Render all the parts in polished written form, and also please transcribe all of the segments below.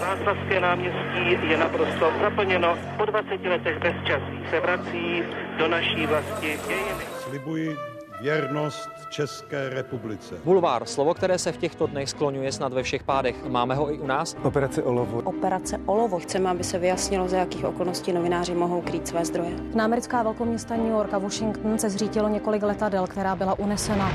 Václavské náměstí je naprosto zaplněno. Po 20 letech bezčasí se vrací do naší vlasti dějiny. Slibuji věrnost České republice. Bulvár, slovo, které se v těchto dnech skloňuje snad ve všech pádech. Máme ho i u nás? Operace Olovo. Operace Olovo. Chceme, aby se vyjasnilo, za jakých okolností novináři mohou krýt své zdroje. Na americká velkoměsta New York a Washington se zřítilo několik letadel, která byla unesena.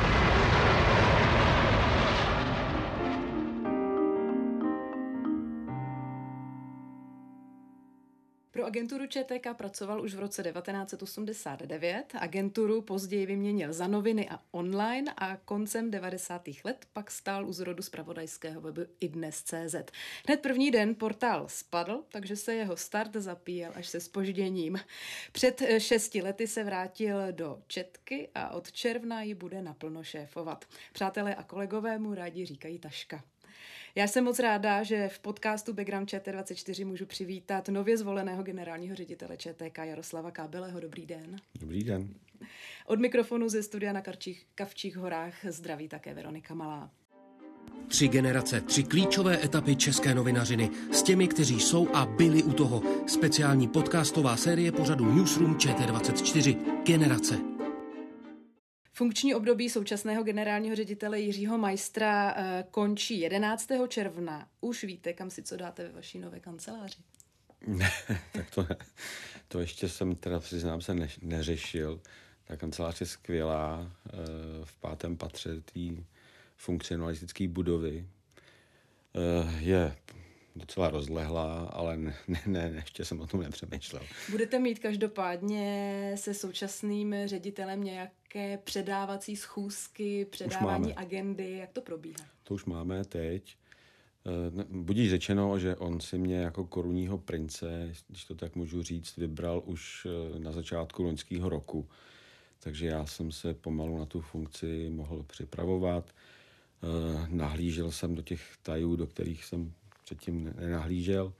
Pro agenturu ČTK pracoval už v roce 1989, agenturu později vyměnil za noviny a online a koncem 90. let pak stál u zrodu zpravodajského webu iDnes.cz. Hned první den portál spadl, takže se jeho start zapíjel až se zpožděním. Před 6 lety se vrátil do Četky a od června ji bude naplno šéfovat. Přátelé a kolegové mu rádi říkají Taška. Já jsem moc ráda, že v podcastu Background ČT24 můžu přivítat nově zvoleného generálního ředitele ČTK Jaroslava Kábeleho. Dobrý den. Dobrý den. Od mikrofonu ze studia na Kavčích horách zdraví také Veronika Malá. 3 generace, 3 klíčové etapy české novinařiny s těmi, kteří jsou a byli u toho. Speciální podcastová série pořadu Newsroom ČT24. Generace. Funkční období současného generálního ředitele Jiřího Majstra končí 11. června. Už víte, kam si co dáte ve vaší nové kanceláři? Ne, tak to ještě jsem teda, přiznám se, neřešil. Ta kancelář je skvělá v 5. patře té funkcionalistické budovy. Je docela rozlehlá, ale ne, ještě jsem o tom nepřemýšlel. Budete mít každopádně se současným ředitelem nějaké předávací schůzky, předávání agendy, jak to probíhá? To už máme teď. Budíš řečeno, že on si mě jako korunního prince, když to tak můžu říct, vybral už na začátku loňského roku. Takže já jsem se pomalu na tu funkci mohl připravovat. Nahlížel jsem do těch tajů, do kterých jsem předtím nenahlížel.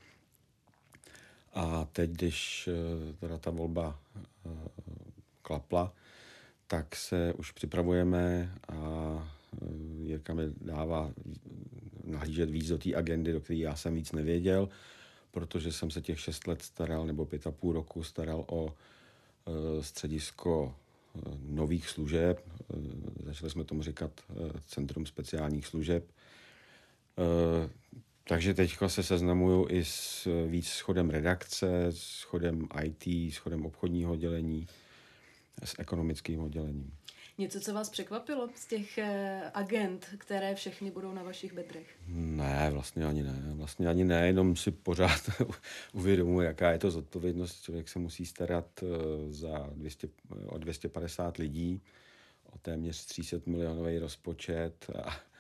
A teď, když teda ta volba klapla, tak se už připravujeme a Jirka mi dává nahlížet víc do té agendy, do které já jsem víc nevěděl, protože jsem se těch 6 let staral, nebo 5,5 roku staral o středisko nových služeb. Začali jsme tomu říkat Centrum speciálních služeb. Takže teďka se seznamuju i víc s chodem redakce, s chodem IT, s chodem obchodního oddělení, s ekonomickým oddělením. Něco, co vás překvapilo z těch agent, které všechny budou na vašich bedrech? Ne, vlastně ani ne, jenom si pořád uvědomuji, jaká je to zodpovědnost. Člověk se musí starat o 250 lidí, o téměř 300 milionový rozpočet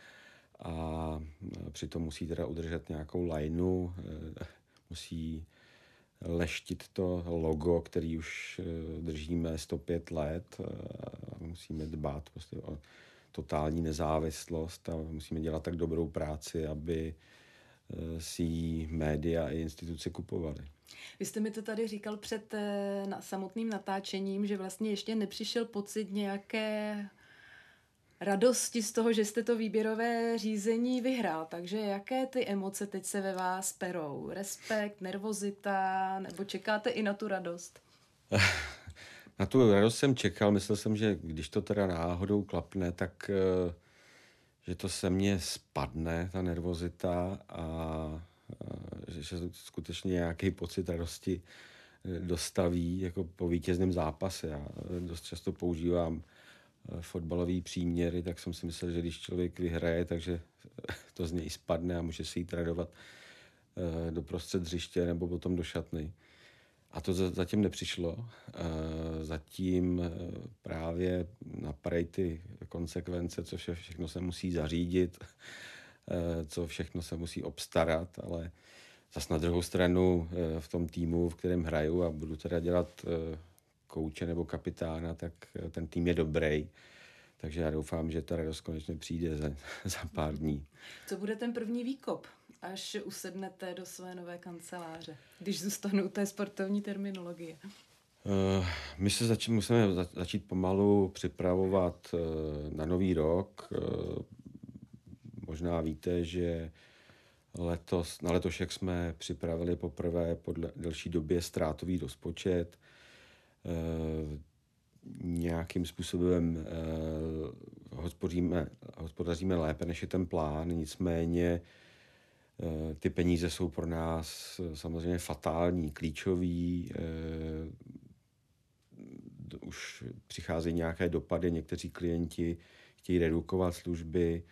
a přitom musí teda udržet nějakou lajnu, musí leštit to logo, který už držíme 105 let. Musíme dbát prostě o totální nezávislost a musíme dělat tak dobrou práci, aby si ji média i instituce kupovaly. Vy jste mi to tady říkal před samotným natáčením, že vlastně ještě nepřišel pocit nějaké radosti z toho, že jste to výběrové řízení vyhrál. Takže jaké ty emoce teď se ve vás perou? Respekt, nervozita, nebo čekáte i na tu radost? Na tu radost jsem čekal. Myslel jsem, že když to teda náhodou klapne, tak že to se mně spadne, ta nervozita a že skutečně nějaký pocit radosti dostaví jako po vítězném zápase. Já dost často používám fotbalový příměry, tak jsem si myslel, že když člověk vyhraje, takže to z něj spadne a může si jít radovat do prostřed hřiště nebo potom do šatny. A to zatím nepřišlo. Zatím právě napadají ty konsekvence, co všechno se musí zařídit, co všechno se musí obstarat, ale zas na druhou stranu v tom týmu, v kterém hraju a budu teda dělat kouče nebo kapitána, tak ten tým je dobrý. Takže já doufám, že ta radost konečně přijde za pár dní. Co bude ten první výkop, až usednete do své nové kanceláře, když zůstanu u té sportovní terminologie? My se musíme začít pomalu připravovat na nový rok. Možná víte, že Na letošek jsme připravili poprvé po delší době ztrátový rozpočet. Nějakým způsobem hospodaříme lépe, než je ten plán, nicméně ty peníze jsou pro nás samozřejmě fatální, klíčový. Už přicházejí nějaké dopady, někteří klienti chtějí redukovat služby.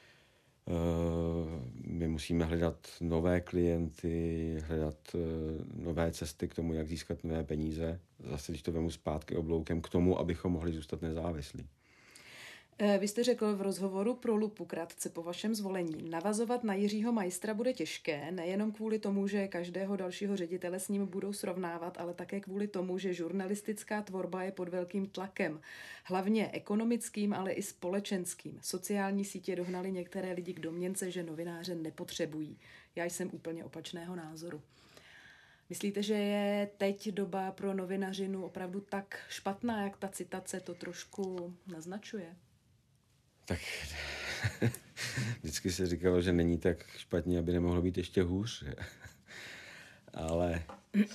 My musíme hledat nové klienty, hledat nové cesty k tomu, jak získat nové peníze. Zase, když to vemu zpátky obloukem k tomu, abychom mohli zůstat nezávislí. Vy jste řekl v rozhovoru pro Lupu krátce po vašem zvolení, navazovat na Jiřího Majstra bude těžké, nejenom kvůli tomu, že každého dalšího ředitele s ním budou srovnávat, ale také kvůli tomu, že žurnalistická tvorba je pod velkým tlakem. Hlavně ekonomickým, ale i společenským. Sociální sítě dohnaly některé lidi k domněnce, že novináře nepotřebují. Já jsem úplně opačného názoru. Myslíte, že je teď doba pro novinařinu opravdu tak špatná, jak ta citace to trošku naznačuje? Tak vždycky se říkalo, že není tak špatně, aby nemohlo být ještě hůř. Ale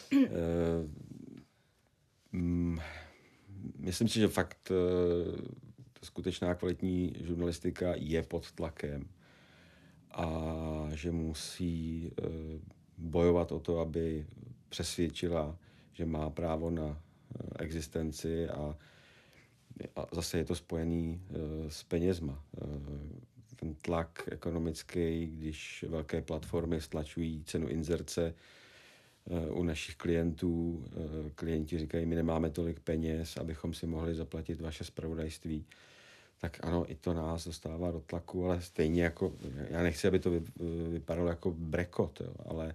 myslím si, že fakt skutečná kvalitní žurnalistika je pod tlakem a že musí bojovat o to, aby přesvědčila, že má právo na existenci a zase je to spojený s penězma. Ten tlak ekonomický, když velké platformy stlačují cenu inzerce u našich klientů, klienti říkají, my nemáme tolik peněz, abychom si mohli zaplatit vaše zpravodajství, tak ano, i to nás dostává do tlaku, ale stejně jako, já nechci, aby to vypadalo jako brekot, jo, ale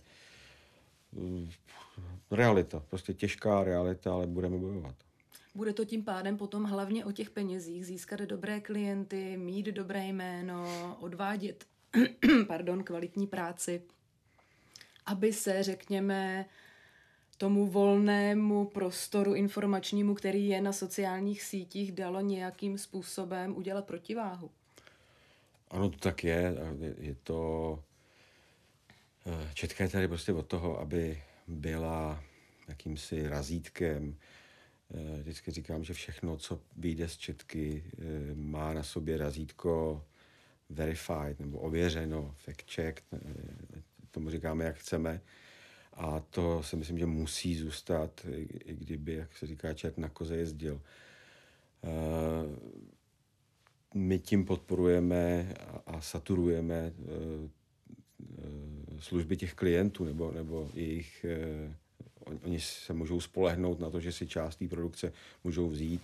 realita, prostě těžká realita, ale budeme bojovat. Bude to tím pádem potom hlavně o těch penězích, získat dobré klienty, mít dobré jméno, odvádět kvalitní práci, aby se, řekněme, tomu volnému prostoru informačnímu, který je na sociálních sítích, dalo nějakým způsobem udělat protiváhu. Ano, to tak je. Je to... Četka je tady prostě od toho, aby byla jakýmsi razítkem. Vždycky říkám, že všechno, co vyjde z četky, má na sobě razítko verified nebo ověřeno, fact check, tomu říkáme, jak chceme. A to si myslím, že musí zůstat, i kdyby, jak se říká, čert na koze jezdil. My tím podporujeme a saturujeme služby těch klientů nebo jejich... Oni se můžou spolehnout na to, že si část té produkce můžou vzít,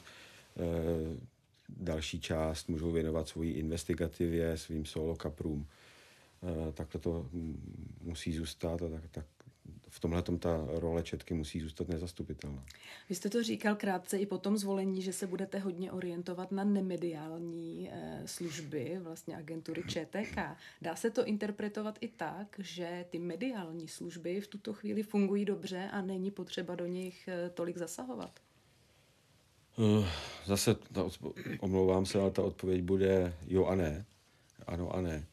další část můžou věnovat svojí investigativě, svým solo kaprům. Takhle to musí zůstat a tak v tomhletom ta role četky musí zůstat nezastupitelná. Vy jste to říkal krátce i po tom zvolení, že se budete hodně orientovat na nemediální služby, vlastně agentury ČTK. Dá se to interpretovat i tak, že ty mediální služby v tuto chvíli fungují dobře a není potřeba do nich tolik zasahovat? Zase, omlouvám se, ale ta odpověď bude jo a ne. Ano a ne.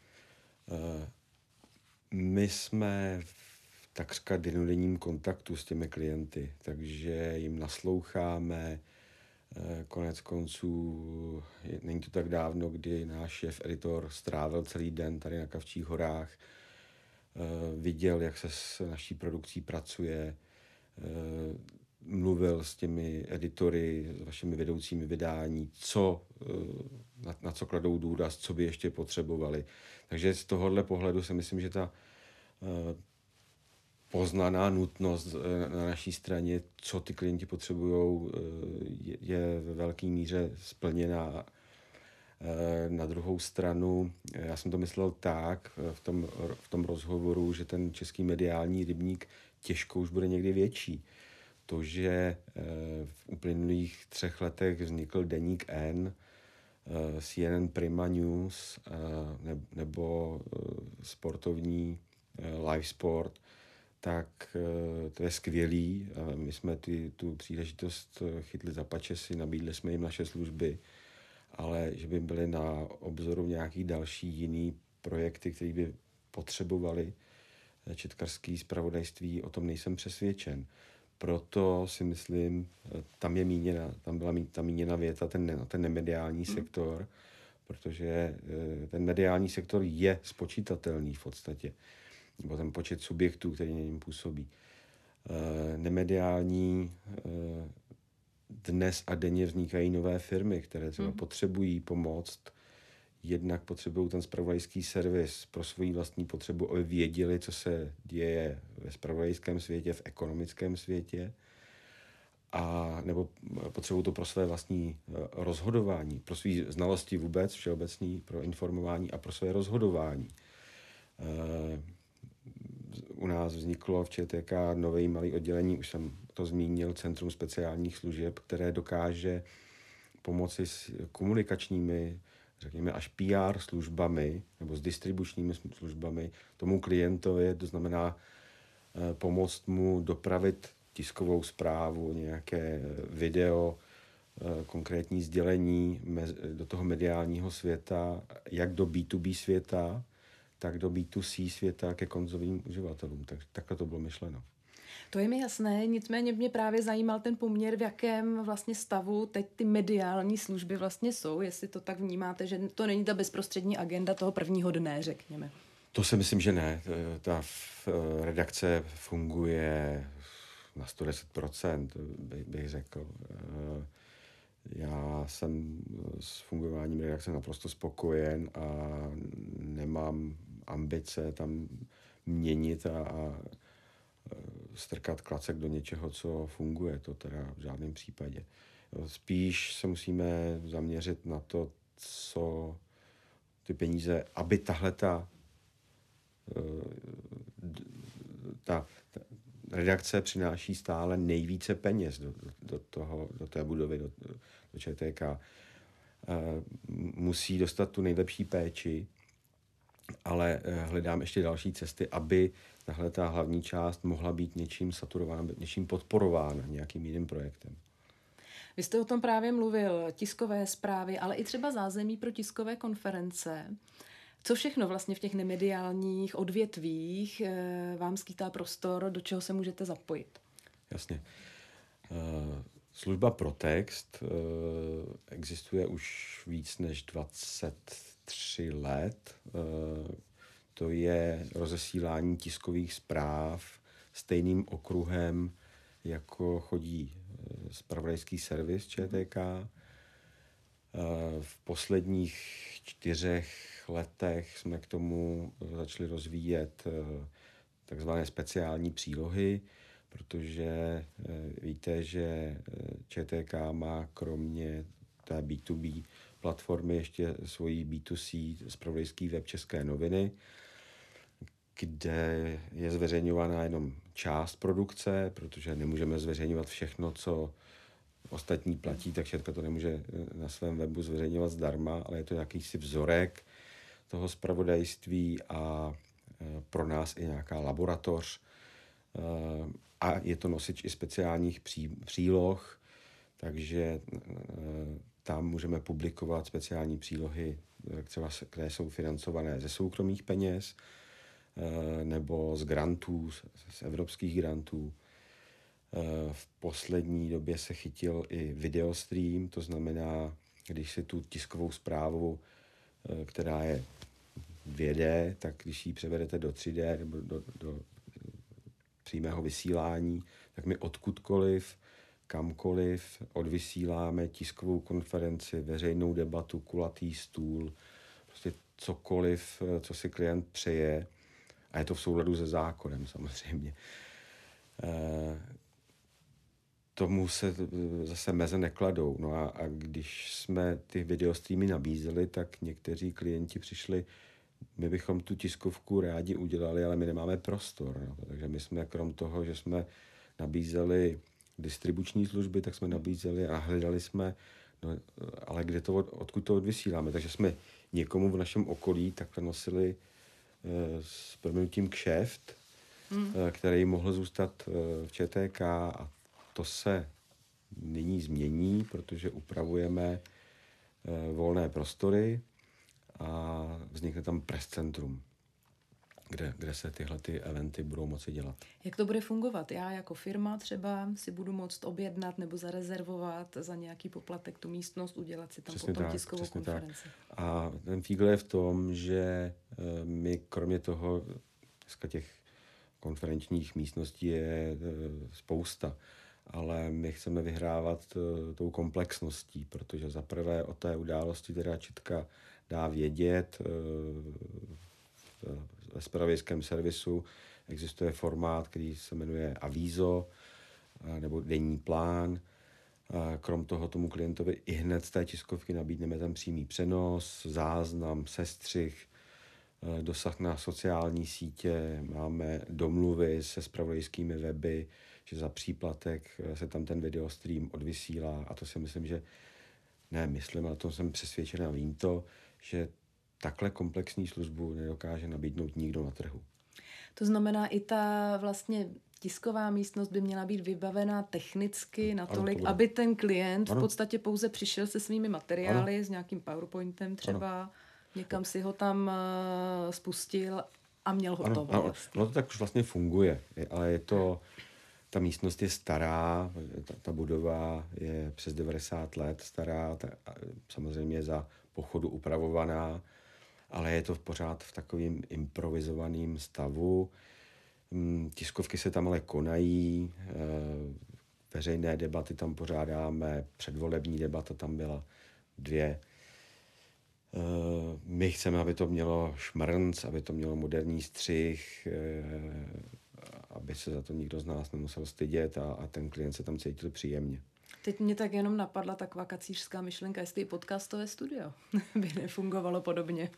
My jsme v takřka dennodenním kontaktu s těmi klienty, takže jim nasloucháme. Konec konců, není to tak dávno, kdy náš šéf-editor strávil celý den tady na Kavčích horách, viděl, jak se s naší produkcí pracuje, mluvil s těmi editory, s vašimi vedoucími vydání, na co kladou důraz, co by ještě potřebovali. Takže z tohohle pohledu si myslím, že ta poznaná nutnost na naší straně, co ty klienti potřebují, je ve velké míře splněná. Na druhou stranu, já jsem to myslel tak v tom rozhovoru, že ten český mediální rybník těžko už bude někdy větší. To, že v uplynulých 3 letech vznikl deník N, CNN Prima News nebo sportovní Live Sport, tak to je skvělý. My jsme tu příležitost chytli za pačesy, nabídli jsme jim naše služby, ale že by byly na obzoru nějaký další jiný projekty, které by potřebovali, četkařský zpravodajství, o tom nejsem přesvědčen. Proto si myslím, tam byla ta míněna věta, ten nemediální sektor, protože ten mediální sektor je spočítatelný v podstatě, nebo ten počet subjektů, který na něm působí. Nemediální dnes a denně vznikají nové firmy, které třeba potřebují pomoct, jednak potřebují ten zpravodajský servis pro svou vlastní potřebu, aby věděli, co se děje ve zpravodajském světě, v ekonomickém světě, a nebo potřebují to pro své vlastní rozhodování, pro své znalosti vůbec, všeobecný, pro informování a pro své rozhodování. U nás vzniklo v ČTK nové malé oddělení, už jsem to zmínil, Centrum speciálních služeb, které dokáže pomoci s komunikačními, řekněme, až PR službami nebo s distribučními službami tomu klientovi, to znamená pomoct mu dopravit tiskovou zprávu, nějaké video, konkrétní sdělení do toho mediálního světa, jak do B2B světa, tak do B2C světa ke koncovým uživatelům. Takhle to bylo myšleno. To je mi jasné, nicméně mě právě zajímal ten poměr, v jakém vlastně stavu teď ty mediální služby vlastně jsou, jestli to tak vnímáte, že to není ta bezprostřední agenda toho prvního dne, řekněme. To si myslím, že ne. Ta redakce funguje na 110%, bych řekl. Já jsem s fungováním redakce naprosto spokojen a nemám ambice tam měnit a strkat klacek do něčeho, co funguje. To teda v žádném případě. Spíš se musíme zaměřit na to, co ty peníze, aby ta redakce přináší stále nejvíce peněz do té budovy, do ČTK. Musí dostat tu nejlepší péči, ale hledám ještě další cesty, aby tahle ta hlavní část mohla být něčím saturována, něčím podporována, nějakým jiným projektem. Vy jste o tom právě mluvil, tiskové zprávy, ale i třeba zázemí pro tiskové konference. Co všechno vlastně v těch nemediálních odvětvích vám skýtá prostor, do čeho se můžete zapojit? Jasně. Služba Protext existuje už víc než 23 let. To je rozesílání tiskových zpráv stejným okruhem, jako chodí zpravodajský servis ČTK. V posledních 4 letech jsme k tomu začali rozvíjet takzvané speciální přílohy, protože víte, že ČTK má kromě té B2B platformy ještě svoji B2C zpravodajský web České noviny, kde je zveřejňována jenom část produkce, protože nemůžeme zveřejňovat všechno, co ostatní platí, tak ČTK to nemůže na svém webu zveřejňovat zdarma, ale je to jakýsi vzorek toho zpravodajství a pro nás i nějaká laboratoř. A je to nosič i speciálních příloh, takže tam můžeme publikovat speciální přílohy, třeba, které jsou financované ze soukromých peněz nebo z grantů, z evropských grantů. V poslední době se chytil i videostream, to znamená, když si tu tiskovou zprávu, která je 2D, tak když ji převedete do 3D nebo do přímého vysílání, tak my odkudkoliv, kamkoliv odvysíláme tiskovou konferenci, veřejnou debatu, kulatý stůl, prostě cokoliv, co si klient přeje, a je to v souladu se zákonem samozřejmě. Tomu se zase meze nekladou. No a když jsme ty videostreamy nabízeli, tak někteří klienti přišli, my bychom tu tiskovku rádi udělali, ale my nemáme prostor. No. Takže my jsme krom toho, že jsme nabízeli distribuční služby, tak jsme nabízeli a hledali jsme, no, ale odkud to odvysíláme. Takže jsme někomu v našem okolí takhle nosili s prominutím kšeft, který mohl zůstat v ČTK, a to se nyní změní, protože upravujeme volné prostory a vznikne tam press centrum. kde se tyhle ty eventy budou moci dělat. Jak to bude fungovat? Já jako firma třeba si budu moct objednat nebo zarezervovat za nějaký poplatek tu místnost, udělat si tam Přesně potom tak, tiskovou konferenci. Tak. A ten fígl je v tom, že my kromě toho, dneska těch konferenčních místností je spousta, ale my chceme vyhrávat tou komplexností, protože zaprvé o té události teda Čitka dá vědět. Ve zpravodajském servisu existuje formát, který se jmenuje Avízo nebo denní plán. Krom toho tomu klientovi i hned z té tiskovky nabídneme ten přímý přenos, záznam, sestřih, dosah na sociální sítě, máme domluvy se zpravodajskými weby, že za příplatek se tam ten videostream odvysílá a to si myslím, že ale to jsem přesvědčen a vím to, že takhle komplexní službu nedokáže nabídnout nikdo na trhu. To znamená, i ta vlastně tisková místnost by měla být vybavená technicky natolik, aby ten klient v podstatě pouze přišel se svými materiály, s nějakým PowerPointem třeba, někam si ho tam spustil a měl hotovo. Ano, to tak už vlastně funguje, ale je to, ta místnost je stará, ta budova je přes 90 let stará, samozřejmě za pochodu upravovaná, ale je to pořád v takovém improvizovaném stavu. Tiskovky se tam ale konají, veřejné debaty tam pořádáme, předvolební debata tam byla 2. My chceme, aby to mělo šmrnc, aby to mělo moderní střih, aby se za to nikdo z nás nemusel stydět a ten klient se tam cítil příjemně. Teď mě tak jenom napadla taková kacířská myšlenka, jestli i podcastové studio by nefungovalo podobně.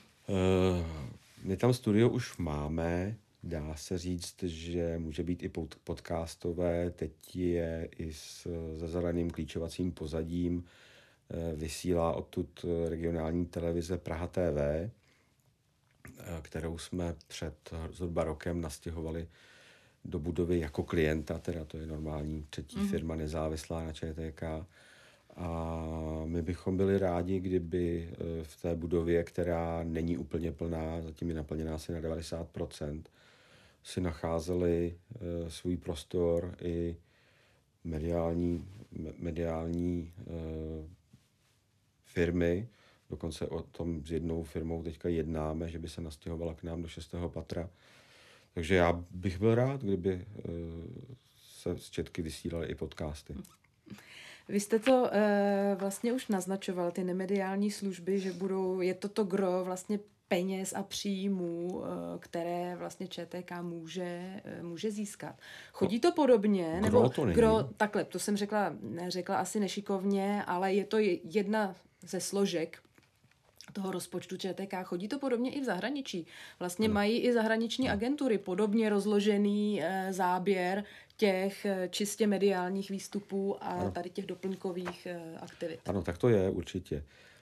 My tam studio už máme, dá se říct, že může být i podcastové, teď je i se zeleným klíčovacím pozadím, vysílá odtud regionální televize Praha TV, kterou jsme před zhruba rokem nastěhovali do budovy jako klienta, teda to je normální třetí firma nezávislá na ČTK. A my bychom byli rádi, kdyby v té budově, která není úplně plná, zatím je naplněná asi na 90%, si nacházeli svůj prostor i mediální firmy. Dokonce o tom s jednou firmou teďka jednáme, že by se nastěhovala k nám do 6. patra. Takže já bych byl rád, kdyby se z Četky vysílaly i podcasty. Vy jste to vlastně už naznačoval, ty nemediální služby, že je to gro vlastně peněz a příjmů, které vlastně ČTK může získat. Chodí to podobně? Gro to není. Takhle, to jsem řekla asi nešikovně, ale je to jedna ze složek toho rozpočtu ČTK. Chodí to podobně i v zahraničí. Vlastně mají i zahraniční agentury podobně rozložený záběr těch čistě mediálních výstupů a tady těch doplňkových aktivit. Ano, tak to je určitě.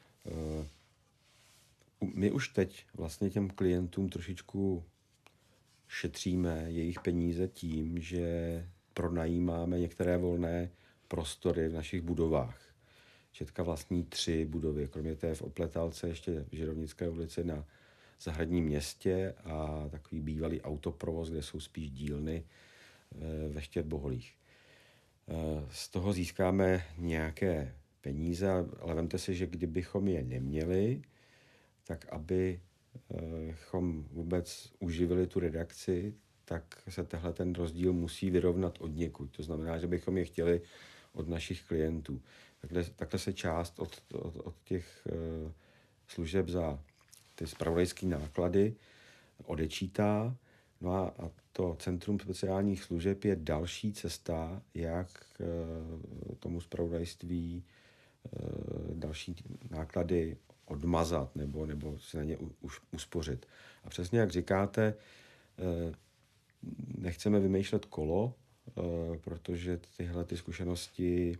My už teď vlastně těm klientům trošičku šetříme jejich peníze tím, že pronajímáme některé volné prostory v našich budovách. Četka vlastní 3 budovy, kromě té v Opletálce ještě v Žirovnické ulici na Zahradním městě a takový bývalý autoprovoz, kde jsou spíš dílny ve Štěrboholích. Z toho získáme nějaké peníze, ale vemte si, že kdybychom je neměli, tak abychom vůbec uživili tu redakci, tak se tehle ten rozdíl musí vyrovnat od někud. To znamená, že bychom je chtěli od našich klientů. Takhle se část od těch služeb za ty zpravodajské náklady odečítá. No a to Centrum speciálních služeb je další cesta, jak tomu zpravodajství další náklady odmazat nebo si na ně už uspořit. A přesně jak říkáte, nechceme vymýšlet kolo, protože tyhle ty zkušenosti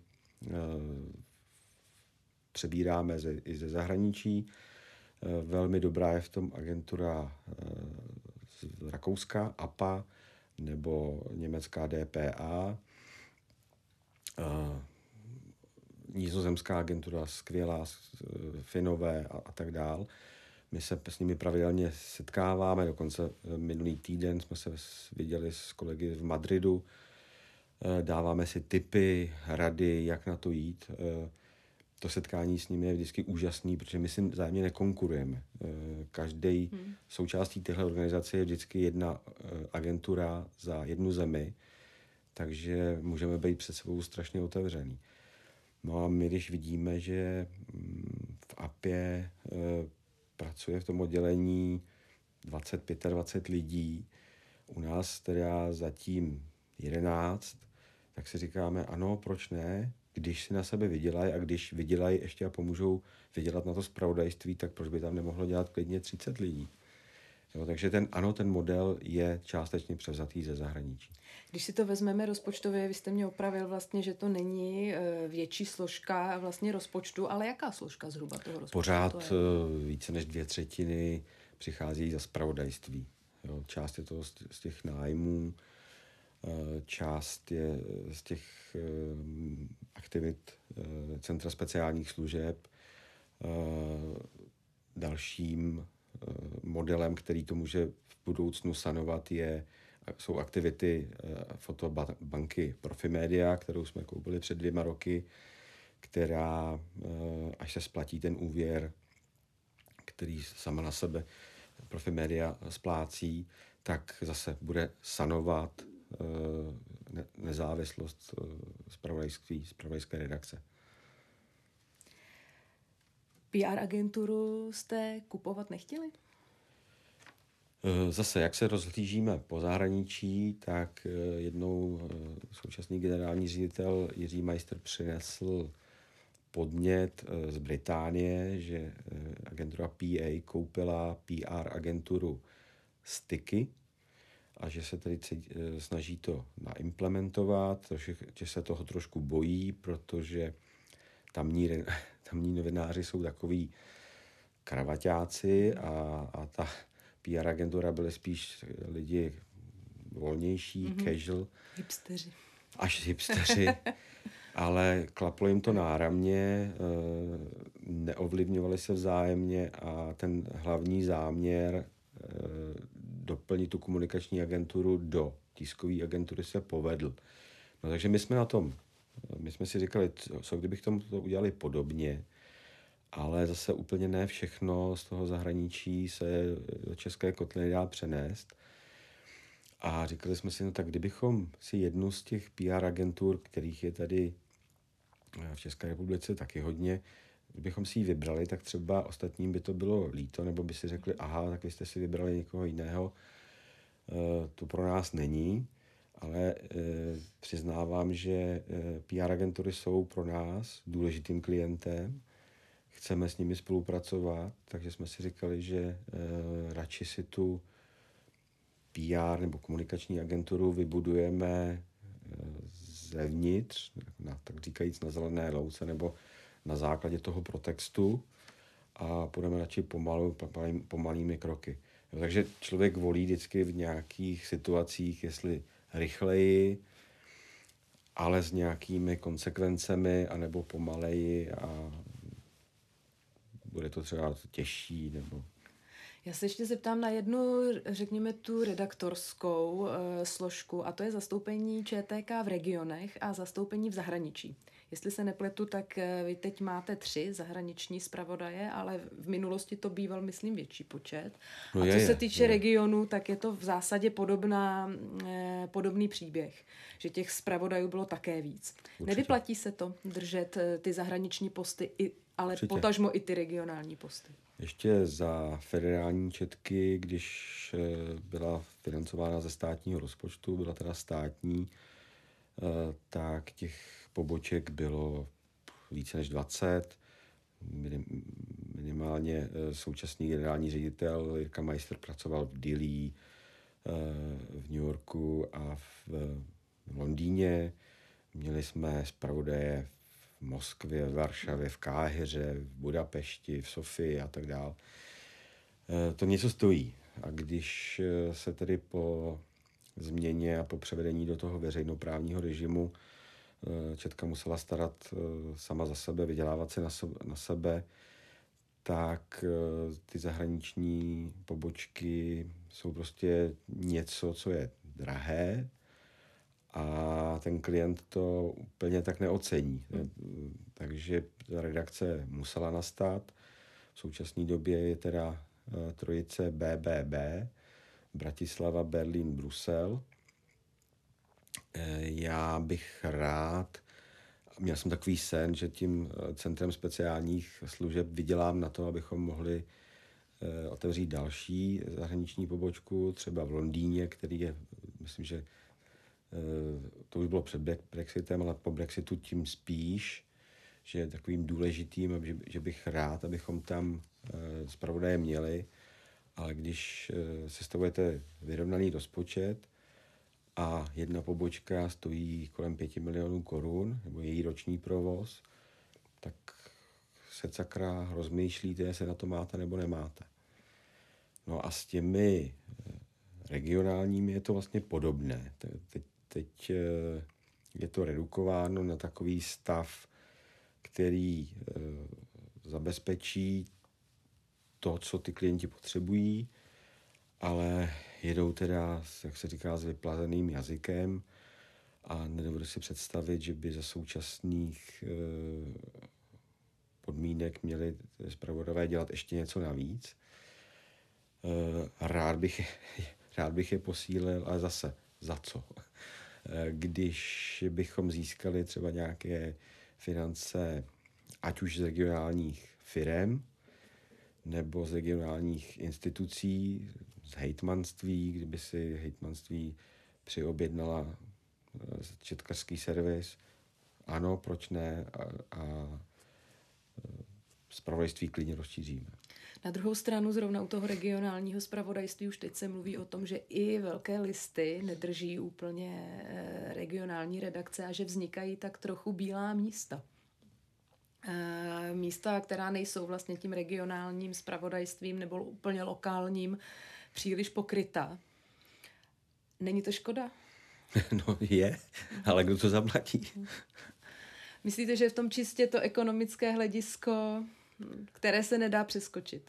přebíráme i ze zahraničí. Velmi dobrá je v tom agentura z Rakouska, APA, nebo německá DPA. Nizozemská agentura skvělá, Finové a tak dál. My se s nimi pravidelně setkáváme, dokonce minulý týden jsme se viděli s kolegy v Madridu. Dáváme si tipy, rady, jak na to jít. To setkání s nimi je vždycky úžasný, protože my si vzájemně nekonkurujeme. Každý součástí téhle organizace je vždycky jedna agentura za jednu zemi, takže můžeme být před sebou strašně otevřený. No a my, když vidíme, že v APě pracuje v tom oddělení 25 lidí, u nás teda zatím 11, tak si říkáme, ano, proč ne? Když si na sebe vydělají a když vydělají ještě a pomůžou vydělat na to zpravodajství, tak proč by tam nemohlo dělat klidně 30 lidí? Jo, takže ten model je částečně převzatý ze zahraničí. Když si to vezmeme rozpočtově, vy jste mě opravil vlastně, že to není větší složka vlastně rozpočtu, ale jaká složka zhruba toho rozpočtu? Pořád více než 2/3 přichází za zpravodajství. Jo, část je to z těch nájmů, část je z těch aktivit Centra speciálních služeb. Dalším modelem, který to může v budoucnu sanovat, jsou aktivity fotobanky Profimedia, kterou jsme koupili před 2 roky, která, až se splatí ten úvěr, který sama na sebe Profimedia splácí, tak zase bude sanovat nezávislost zpravodajské redakce. PR agenturu jste kupovat nechtěli? Zase, jak se rozhlížíme po zahraničí, tak jednou současný generální ředitel Jiří Majster přinesl podnět z Británie, že agentura PA koupila PR agenturu Sticky a že se tedy snaží to naimplementovat, že se toho trošku bojí, protože tamní novináři jsou takový kravaťáci a ta PR agentura byly spíš lidi volnější, casual. Hipsteři. Až hipsteři. Ale klaplo jim to náramně, neovlivňovali se vzájemně a ten hlavní záměr doplnit tu komunikační agenturu do tiskové agentury se povedl. No, takže my jsme na tom. My jsme si říkali, co kdybych to udělali podobně, ale zase úplně ne všechno z toho zahraničí se do české kotliny dá přenést. A říkali jsme si, no tak kdybychom si jednu z těch PR agentur, kterých je tady v České republice taky hodně, kdybychom si ji vybrali, tak třeba ostatním by to bylo líto, nebo by si řekli, aha, tak vy jste si vybrali někoho jiného, to pro nás není. Ale přiznávám, že PR agentury jsou pro nás důležitým klientem, chceme s nimi spolupracovat, takže jsme si říkali, že radši si tu PR nebo komunikační agenturu vybudujeme zevnitř, tak říkajíc na zelené louce nebo na základě toho protextu a půjdeme radši pomalými kroky. Takže člověk volí vždycky v nějakých situacích, jestli rychleji, ale s nějakými konsekvencemi, anebo pomaleji a bude to třeba těžší, nebo... Já se ještě zeptám na jednu, řekněme, tu redaktorskou složku, a to je zastoupení ČTK v regionech a zastoupení v zahraničí. Jestli se nepletu, tak vy teď máte 3 zahraniční zpravodaje, ale v minulosti to býval, myslím, větší počet. No a co se týče regionu, tak je to v zásadě podobný příběh, že těch zpravodajů bylo také víc. Určitě. Nevyplatí se to držet ty zahraniční posty, ale určitě. Potažmo i ty regionální posty. Ještě za federální četky, když byla financována ze státního rozpočtu, byla teda státní, tak těch poboček bylo více než 20. Minimálně současný generální ředitel Jirka Majster pracoval v Dillí, v New Yorku a v Londýně. Měli jsme zpravodaje v Moskvě, v Varšavě, v Káhiře, v Budapešti, v Sofii a tak dále. To něco stojí. A když se tedy po změně a po převedení do toho veřejnoprávního režimu četka musela starat sama za sebe, vydělávat si na sebe, tak ty zahraniční pobočky jsou prostě něco, co je drahé a ten klient to úplně tak neocení. Takže ta redakce musela nastat. V současné době je teda trojice BBB, Bratislava, Berlín, Brusel. Já bych rád, měl jsem takový sen, že tím centrem speciálních služeb vydělám na to, abychom mohli otevřít další zahraniční pobočku, třeba v Londýně, který je, myslím, že to už bylo před Brexitem, ale po Brexitu tím spíš, že je takovým důležitým, že bych rád, abychom tam zpravodaje měli, ale když sestavujete vyrovnaný rozpočet a jedna pobočka stojí kolem 5 milionů korun, nebo její roční provoz, tak se sakra rozmýšlíte, jestli na to máte nebo nemáte. No a s těmi regionálními je to vlastně podobné. Teď je to redukováno na takový stav, který zabezpečí to, co ty klienti potřebují, ale jedou teda, jak se říká, s vyplazeným jazykem a nedovedu si představit, že by za současných podmínek měli zpravodajové dělat ještě něco navíc. Rád bych je posílil, ale zase za co? Když bychom získali třeba nějaké finance, ať už z regionálních firem, nebo z regionálních institucí, z hejtmanství, kdyby si hejtmanství přiobjednala četkařský servis, ano, proč ne, a zpravodajství klidně rozšíříme. Na druhou stranu zrovna u toho regionálního zpravodajství už teď se mluví o tom, že i velké listy nedrží úplně regionální redakce a že vznikají tak trochu bílá místa. Místa, která nejsou vlastně tím regionálním zpravodajstvím nebo úplně lokálním příliš pokrytá. Není to škoda? No je, ale kdo to zaplatí? Myslíte, že v tom čistě to ekonomické hledisko, které se nedá přeskočit?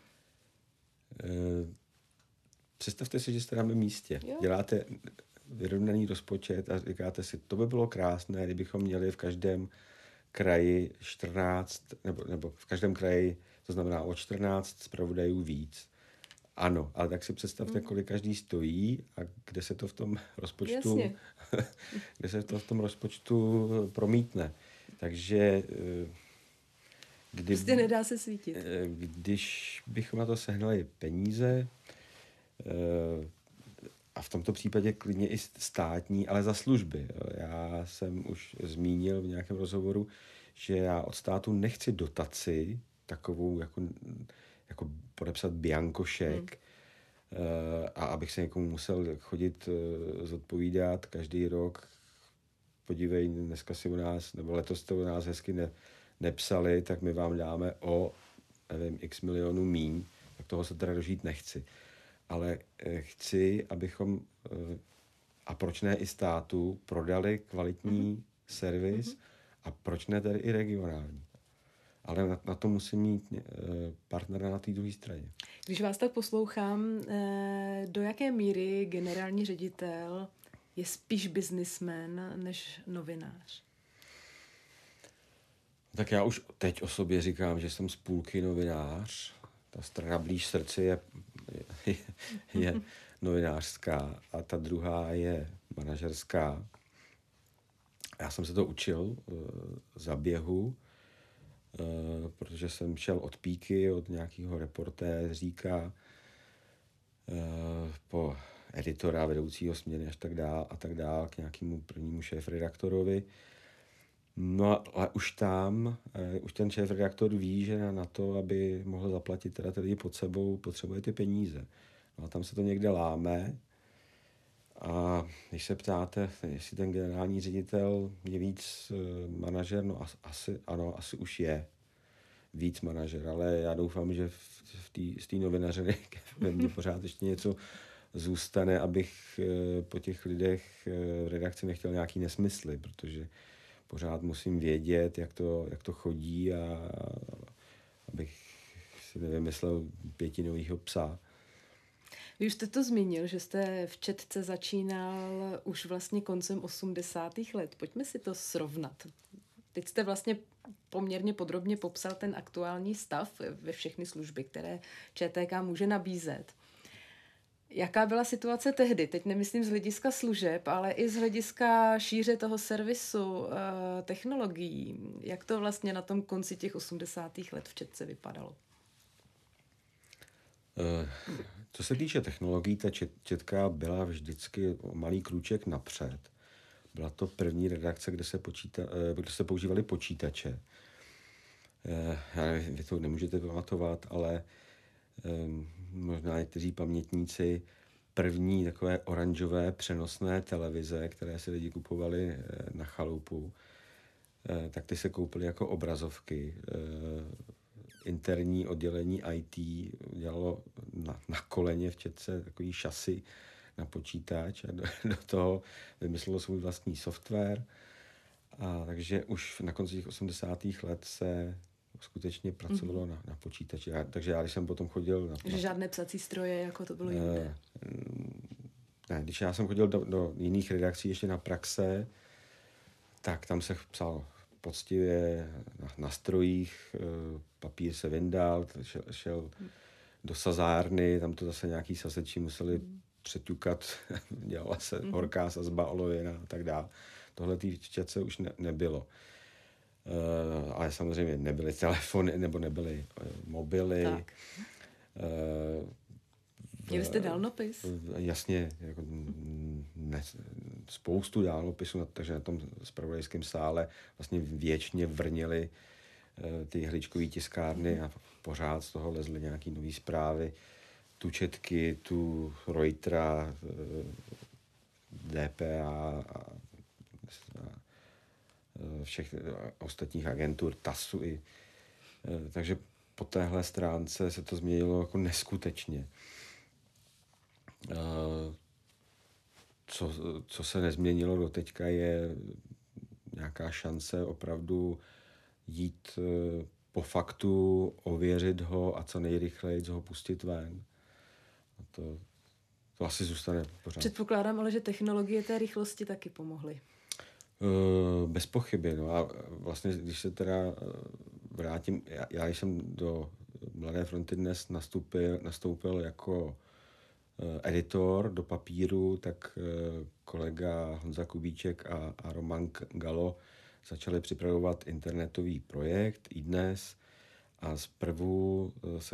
Představte si, že jste na mém místě. Jo. Děláte vyrovnaný rozpočet a říkáte si, to by bylo krásné, kdybychom měli v každém kraji 14, nebo v každém kraji, to znamená o 14 zpravodajů víc. Ano, ale tak si představte, kolik každý stojí a kde se to v tom rozpočtu, kde se to v tom rozpočtu promítne. Takže prostě nedá se svítit. Když bychom na to sehnali peníze, a v tomto případě klidně i státní, ale za služby. Já jsem už zmínil v nějakém rozhovoru, že já od státu nechci dotaci, takovou jako podepsat biankošek, a abych se někomu musel chodit zodpovídat každý rok. Podívej, dneska si u nás, nebo letos jste u nás hezky nepsali, tak my vám dáme nevím, x milionů míň, tak toho se teda dožít nechci. Ale chci, abychom, a proč ne i státu, prodali kvalitní servis a proč ne tedy i regionální. Ale na to musí mít partnera na té druhé straně. Když vás tak poslouchám, do jaké míry generální ředitel je spíš businessman než novinář? Tak já už teď o sobě říkám, že jsem z půlky novinář. Ta strana blíž srdci je novinářská a ta druhá je manažerská. Já jsem se to učil za běhu, protože jsem šel od píky, od nějakého reportéříka po editora, vedoucího směny a tak dál k nějakému prvnímu šéfredaktorovi. No ale už ten šéfredaktor ví, že na to, aby mohl zaplatit teda lidi pod sebou, potřebuje ty peníze. No a tam se to někde láme. A když se ptáte, jestli ten generální ředitel je víc manažer, no asi už je víc manažer, ale já doufám, že z té novinařiny ve mně pořád ještě něco zůstane, abych po těch lidech v redakci nechtěl nějaký nesmysly, protože pořád musím vědět, jak to chodí a abych si nevymyslel 5 novýho psa. Vy už jste to zmínil, že jste v Četce začínal už vlastně koncem 80. let. Pojďme si to srovnat. Teď jste vlastně poměrně podrobně popsal ten aktuální stav ve všechny služby, které ČTK může nabízet. Jaká byla situace tehdy? Teď nemyslím z hlediska služeb, ale i z hlediska šíře toho servisu, technologií. Jak to vlastně na tom konci těch 80. let v Četce vypadalo? Co se týče technologií, ta Četka byla vždycky malý krůček napřed. Byla to první redakce, kde se používaly počítače. Vy to nemůžete pamatovat, ale možná někteří pamětníci, první takové oranžové přenosné televize, které si lidi kupovali na chalupu, tak ty se koupily jako obrazovky. Interní oddělení IT dělalo na koleně v Četce takový šasy na počítač a do toho vymyslelo svůj vlastní software. A takže už na konci těch 80. let se skutečně pracovalo na počítači. Takže já, když jsem potom chodil... Že žádné psací stroje, jako to bylo jinde? Ne, když já jsem chodil do jiných redakcí ještě na praxe, tak tam se psal poctivě na strojích, papír se vyndal, šel do sazárny, tam to zase nějaký saseči museli přeťukat, dělala se horká sazba olovina a tak dále. Tohle v Četce už nebylo. Ale samozřejmě nebyly telefony, nebo nebyly mobily. Tak. Měli jste dálnopis? Jasně, jako spoustu dálnopisů, takže na tom zpravodajském sále vlastně věčně vrnily ty jehličkové tiskárny a pořád z toho lezly nějaký nový zprávy. Tu Četky, tu Reutera, DPA a všech ostatních agentur, TASu i. Takže po téhle stránce se to změnilo jako neskutečně. Co se nezměnilo doteďka, je nějaká šance opravdu jít po faktu, ověřit ho a co nejrychleji ho pustit ven. A to asi zůstane pořád. Předpokládám ale, že technologie té rychlosti taky pomohly. Bez pochyby. No a vlastně, když se teda vrátím, já jsem do Mladé fronty dnes nastoupil jako editor do papíru, tak kolega Honza Kubíček a Roman Galo začali připravovat internetový projekt iDnes a zprvu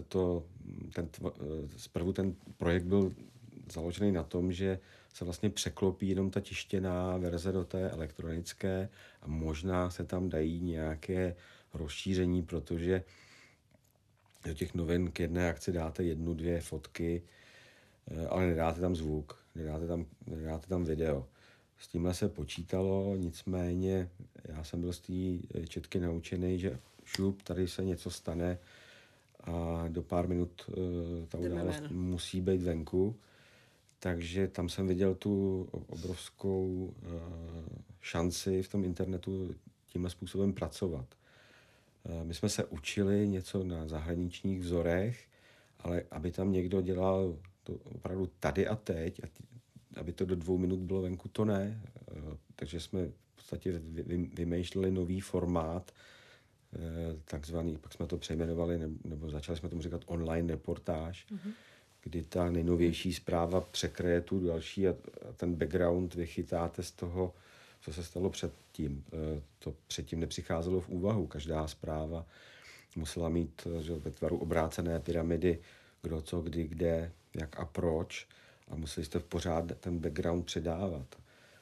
ten projekt byl založený na tom, že se vlastně překlopí jenom ta tištěná verze do té elektronické a možná se tam dají nějaké rozšíření, protože do těch novin k jedné akci dáte 1-2 fotky, ale nedáte tam zvuk, nedáte tam video. S tímhle se počítalo, nicméně já jsem byl z té Četky naučený, že šup, tady se něco stane a do pár minut ta událost musí být venku. Takže tam jsem viděl tu obrovskou šanci v tom internetu tímhle způsobem pracovat. My jsme se učili něco na zahraničních vzorech, ale aby tam někdo dělal to opravdu tady a teď, aby to do 2 minut bylo venku, to ne. Takže jsme v podstatě vymýšleli nový formát, takzvaný, pak jsme to přejmenovali, nebo začali jsme tomu říkat online reportáž, kdy ta nejnovější zpráva překryje tu další a ten background vychytáte z toho, co se stalo předtím. To předtím nepřicházelo v úvahu. Každá zpráva musela mít ve tvaru obrácené pyramidy, kdo, co, kdy, kde, jak a proč. A museli jste pořád ten background předávat.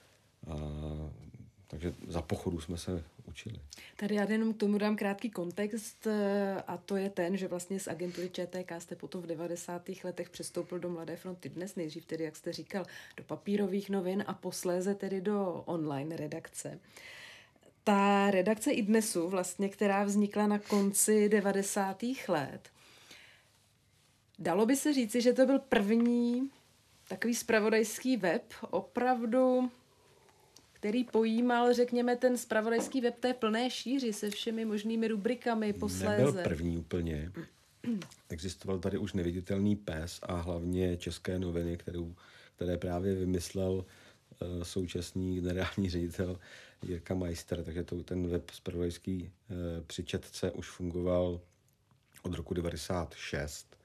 Takže za pochodu jsme se učili. Tady já jenom k tomu dám krátký kontext a to je ten, že vlastně z agentury ČTK jste potom v 90. letech přestoupil do Mladé fronty dnes, nejdřív tedy, jak jste říkal, do papírových novin a posléze tedy do online redakce. Ta redakce iDnesu, vlastně, která vznikla na konci 90. let, dalo by se říci, že to byl první takový zpravodajský web, opravdu, který pojímal, řekněme, ten zpravodajský web té plné šíři se všemi možnými rubrikami posléze. Nebyl první úplně. existoval tady už Neviditelný pes a hlavně České noviny, které právě vymyslel současný generální ředitel Jirka Majster, takže ten web zpravodajský při Četce už fungoval od roku 96.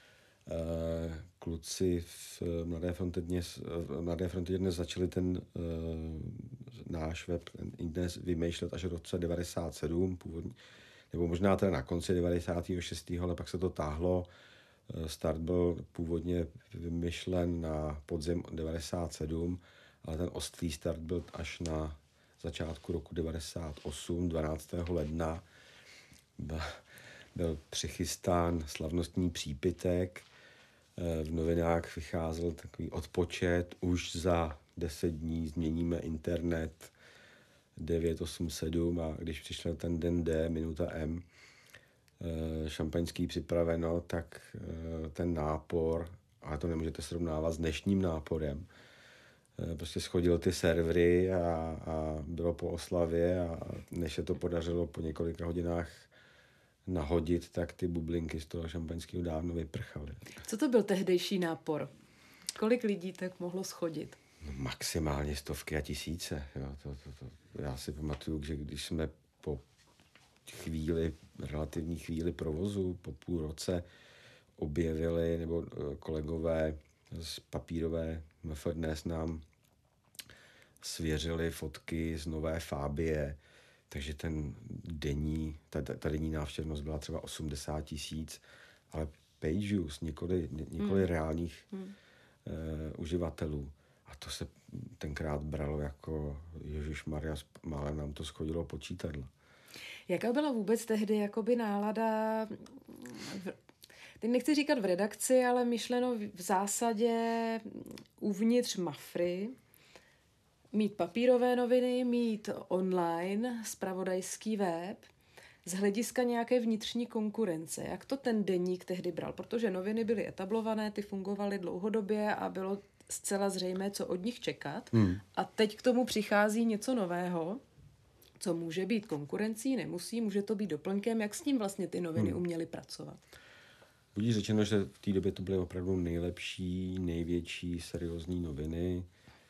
Kluci v Mladé frontě dnes začali ten náš web dnes vymýšlet až v roce 97 původně, nebo možná teda na konci 96. ale pak se to táhlo. Start byl původně vymyšlen na podzim 97, ale ten ostrý start byl až na začátku roku 98, 12. ledna. Byl přichystán slavnostní přípitek. V novinách vycházel takový odpočet. Už za 10 dní změníme internet 987 a když přišel ten den D, minuta M, šampaňský připraveno, tak ten nápor, ale to nemůžete srovnávat s dnešním náporem, prostě schodil ty servery a bylo po oslavě a než se to podařilo po několika hodinách nahodit, tak ty bublinky z toho šampaňského dávno vyprchaly. Co to byl tehdejší nápor? Kolik lidí tak mohlo schodit? No, maximálně stovky a tisíce. Jo. Já si pamatuju, že když jsme po relativní chvíli provozu, po půl roce objevili, nebo kolegové z papírové MFDNES nám svěřili fotky z nové Fabie, takže ta denní návštěvnost byla třeba 80 000, ale page views, nikoli reálních uživatelů. A to se tenkrát bralo jako ježišmarja, málem nám to schodilo počítadlo. Jaká byla vůbec tehdy jakoby nálada, teď nechci říkat v redakci, ale myšleno v zásadě uvnitř Mafry, mít papírové noviny, mít online zpravodajský web, z hlediska nějaké vnitřní konkurence. Jak to ten deník tehdy bral? Protože noviny byly etablované, ty fungovaly dlouhodobě a bylo zcela zřejmé, co od nich čekat. A teď k tomu přichází něco nového, co může být konkurencí, nemusí, může to být doplňkem. Jak s tím vlastně ty noviny uměly pracovat? Budí řečeno, že v té době to byly opravdu nejlepší, největší, seriózní noviny.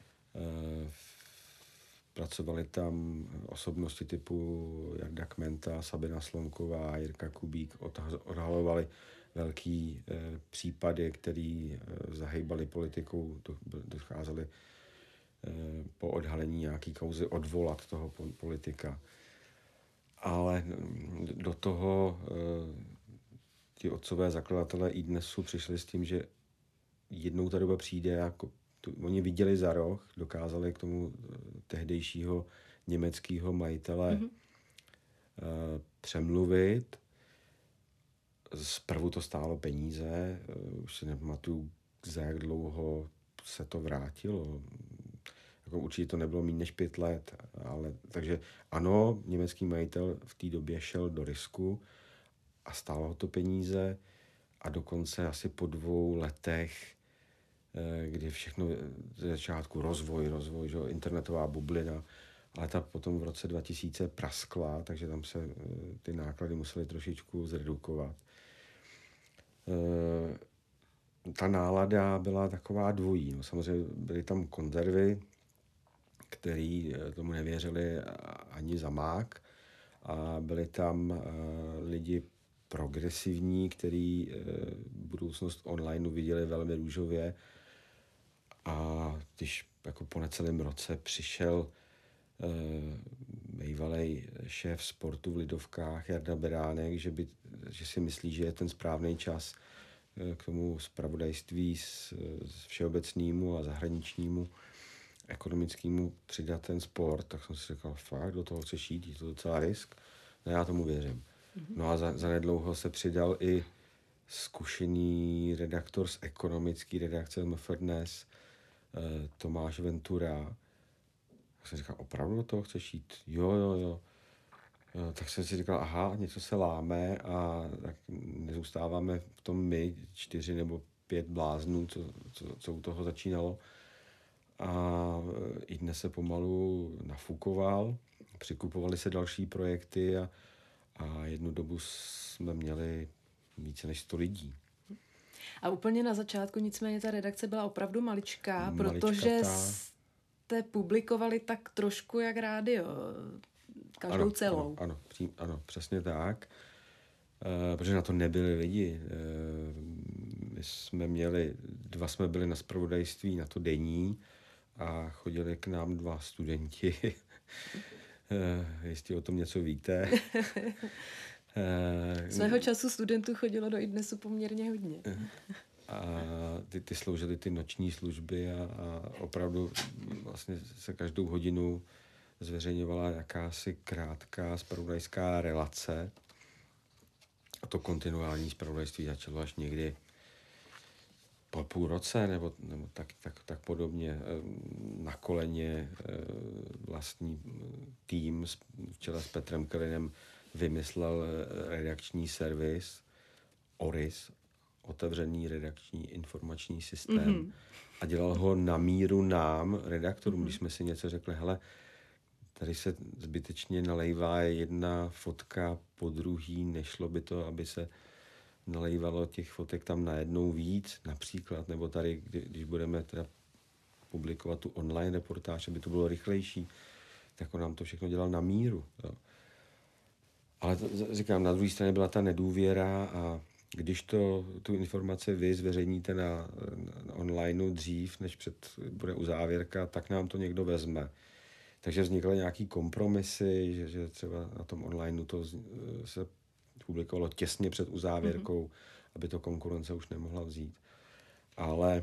Pracovali tam osobnosti typu Jarda Kmenta, Sabina Slonková, Jirka Kubík, odhalovali velký případy, které zahýbaly politikou, docházely po odhalení nějaký kauzy odvolat toho politika. Ale do toho ti otcové zakladatelé iDnesu přišli s tím, že jednou ta doba přijde, jako oni viděli za roh, dokázali k tomu tehdejšího německého majitele přemluvit. Zprvu to stálo peníze, už si nepamatuju, za jak dlouho se to vrátilo. Jako určitě to nebylo méně než 5 let, ale takže ano, německý majitel v té době šel do risku a stálo ho to peníze a dokonce asi po 2 letech, kdy všechno ze začátku rozvoj, že, internetová bublina, ale ta potom v roce 2000 praskla, takže tam se ty náklady musely trošičku zredukovat. Ta nálada byla taková dvojí. No, samozřejmě byly tam konzervy, který tomu nevěřili ani za mák, a byli tam lidi progresivní, kteří budoucnost online viděli velmi růžově. A když jako po necelém roce přišel bývalý šéf sportu v Lidovkách Jarda Beránek, že si myslí, že je ten správný čas k tomu zpravodajství všeobecnému a zahraničnímu ekonomickému přidat ten sport, tak jsem si říkal, fakt, do toho chceš jít, je to docela risk. No, já tomu věřím. No a za nedlouho se přidal i zkušený redaktor z ekonomické redakce MFDNES, Tomáš Ventura. Tak jsem říkal, opravdu do toho chceš jít? Jo. Tak jsem si říkal, aha, něco se láme a tak nezůstáváme v tom my 4 nebo 5 bláznů, co u toho začínalo. A iDnes se pomalu nafukoval, přikupovaly se další projekty a jednu dobu jsme měli více než 100 lidí. A úplně na začátku nicméně ta redakce byla opravdu maličká, protože jste publikovali tak trošku jak rádio, každou celou. Ano, přesně tak. Protože na to nebyli lidi. My dva jsme byli na zpravodajství, na to denní, a chodili k nám 2 studenti. Jistě o tom něco víte. Svého času studentů chodilo do iDnesu poměrně hodně. A ty sloužily ty noční služby a opravdu vlastně se každou hodinu zveřejňovala jakási krátká zpravodajská relace. A to kontinuální zpravodajství začalo až někdy po půl roce, nebo tak podobně. Na koleně vlastní tým v čele s Petrem Kelinem vymyslel redakční servis ORIS, otevřený redakční informační systém, a dělal ho na míru nám, redaktorům, když jsme si něco řekli, hele, tady se zbytečně nalejvá jedna fotka po druhý, nešlo by to, aby se nalejvalo těch fotek tam najednou víc, například, nebo tady, když budeme teda publikovat tu online reportáž, aby to bylo rychlejší, tak on nám to všechno dělal na míru. Jo. Ale říkám, na druhé straně byla ta nedůvěra, a když tu informaci vy zveřejníte na onlineu dřív, než bude uzávěrka, tak nám to někdo vezme. Takže vznikly nějaký kompromisy, že třeba na tom onlineu to se publikovalo těsně před uzávěrkou, aby to konkurence už nemohla vzít. Ale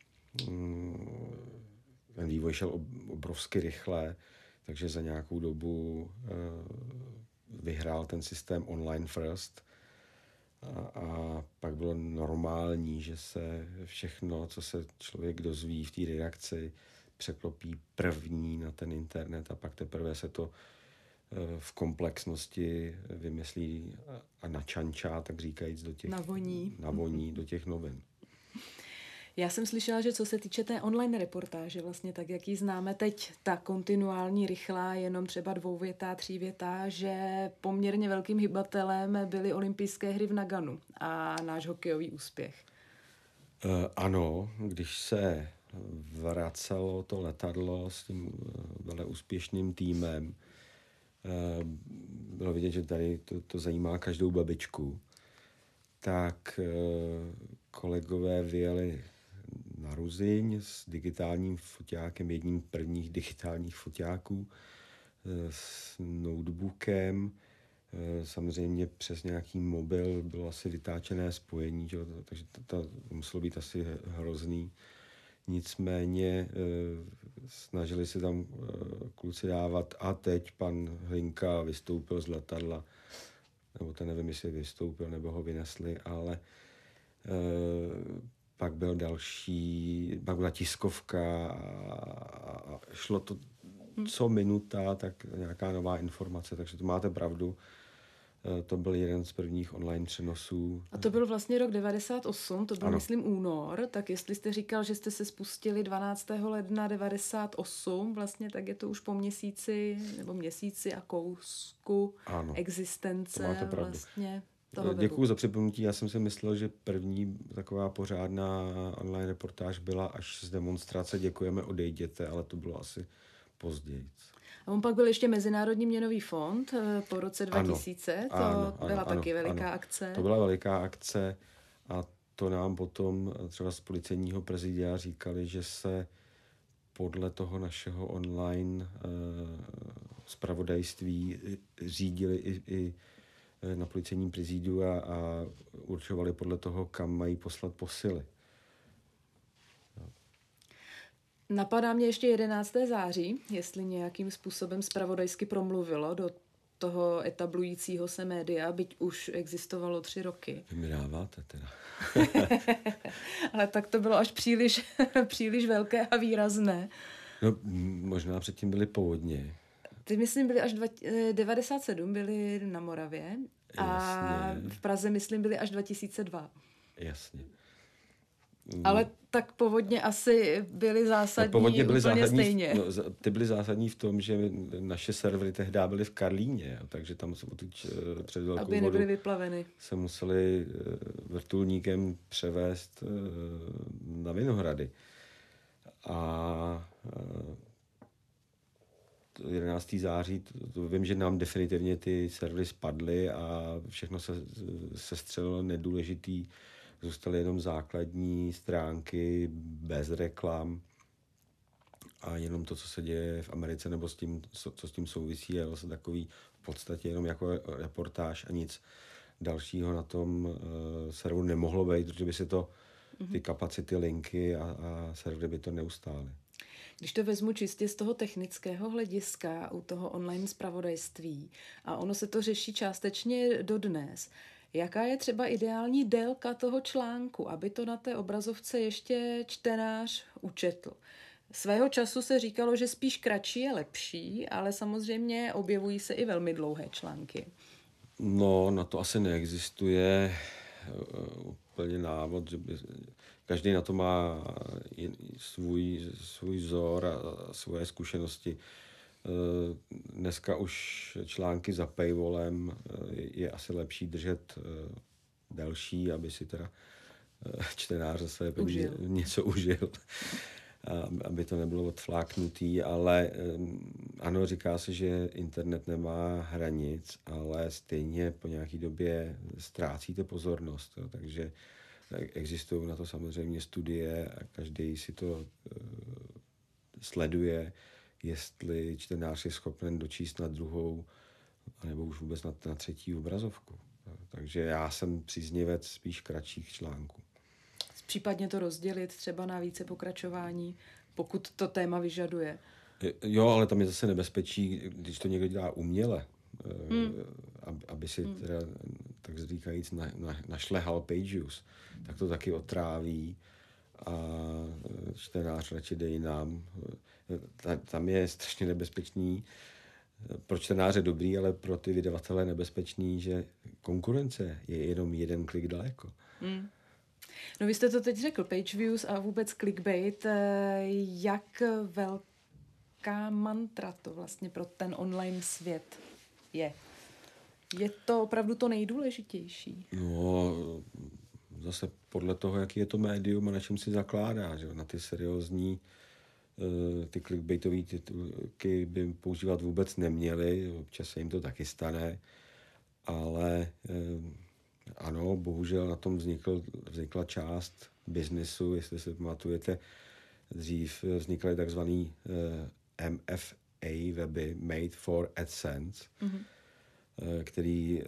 ten vývoj šel obrovsky rychle, takže za nějakou dobu vyhrál ten systém online first, a pak bylo normální, že se všechno, co se člověk dozví v té redakci, překlopí první na ten internet, a pak teprve se to v komplexnosti vymyslí a načančá, tak říkajíc, do těch navoní do těch novin. Já jsem slyšela, že co se týče té online reportáže, vlastně tak, jak ji známe teď, ta kontinuální, rychlá, jenom třeba 2větá, 3větá, že poměrně velkým hybatelem byly olympijské hry v Naganu a náš hokejový úspěch. Ano, když se vracelo to letadlo s tím velmi úspěšným týmem, bylo vidět, že tady to zajímá každou babičku, tak kolegové vyjeli na Ruzyň s digitálním foťákem, jedním prvních digitálních foťáků, s notebookem, samozřejmě přes nějaký mobil bylo asi vytáčené spojení, že? Takže to muselo být asi hrozný. Nicméně snažili se tam kluci dávat, a teď pan Hlinka vystoupil z letadla, nebo ten nevím, jestli vystoupil, nebo ho vynesli, ale pak pak byla tiskovka a šlo to co minuta, tak nějaká nová informace, takže to máte pravdu. To byl jeden z prvních online přenosů. A to byl vlastně rok 98, to byl, myslím, únor, tak jestli jste říkal, že jste se spustili 12. ledna 98, vlastně tak je to už po měsíci a kousku existence vlastně toho webu. Děkuju za připomenutí, já jsem si myslel, že první taková pořádná online reportáž byla až z demonstrace Děkujeme, odejděte, ale to bylo asi později. A on pak byl ještě Mezinárodní měnový fond po roce 2000, to byla taky veliká akce. To byla veliká akce a to nám potom třeba z policejního prezidia říkali, že se podle toho našeho online zpravodajství řídili i na policejním prezidiu a určovali podle toho, kam mají poslat posily. Napadá mě ještě 11. září, jestli nějakým způsobem zpravodajsky promluvilo do toho etablujícího se média, byť už existovalo 3 roky. Vy mi dáváte teda. Ale tak to bylo až příliš velké a výrazné. No, možná předtím byly povodně. Ty, myslím, byly až 97, byly na Moravě. A jasně. V Praze, myslím, byly až 2002. Jasně. Ale tak povodně asi byly zásadní úplně stejně. Ty byly zásadní v tom, že naše servery tehdy byly v Karlíně, takže tam se před velkou aby nebyly vyplaveny. Se museli vrtulníkem převést na Vinohrady. A 11. září, to vím, že nám definitivně ty servery spadly a všechno se sestřelilo nedůležitý. Zůstaly jenom základní stránky bez reklam a jenom to, co se děje v Americe nebo co s tím souvisí, je vlastně takový v podstatě jenom jako reportáž a nic dalšího na tom serveru nemohlo být, protože by se to ty kapacity, linky a servery by to neustály. Když to vezmu čistě z toho technického hlediska u toho online zpravodajství a ono se to řeší částečně dodnes, jaká je třeba ideální délka toho článku, aby to na té obrazovce ještě čtenář učetl? Svého času se říkalo, že spíš kratší je lepší, ale samozřejmě objevují se i velmi dlouhé články. No, na to asi neexistuje úplně návod, že by... Každý na to má svůj vzor a svoje zkušenosti. Dneska už články za paywallem je asi lepší držet delší, aby si teda čtenář za své něco užil. Aby to nebylo odfláknutý, ale ano, říká se, že internet nemá hranic, ale stejně po nějaké době ztrácíte pozornost, jo, takže existují na to samozřejmě studie a každý si to sleduje, jestli čtenář je schopen dočíst na druhou nebo už vůbec na třetí obrazovku. Takže já jsem příznivec spíš kratších článků. Případně to rozdělit třeba na více pokračování, pokud to téma vyžaduje. Jo, ale tam je zase nebezpečí, když to někdo dělá uměle, aby si teda, tak říkajíc, našlehal page views, tak to taky otráví a čtenář radši jde jinam. Tam je strašně nebezpečný, pro čtenáře dobrý, ale pro ty vydavatele nebezpečný, že konkurence je jenom jeden klik daleko. No vy jste to teď řekl, page views a vůbec clickbait, jak velká mantra to vlastně pro ten online svět je? Je to opravdu to nejdůležitější? No, zase podle toho, jaký je to médium a na čem si zakládá, že na ty seriózní, ty clickbaitové titulky by používat vůbec neměli, občas se jim to taky stane, ale ano, bohužel na tom vznikla část biznesu, jestli si pamatujete, dřív vznikaly takzvaný MFA weby, Made for AdSense, který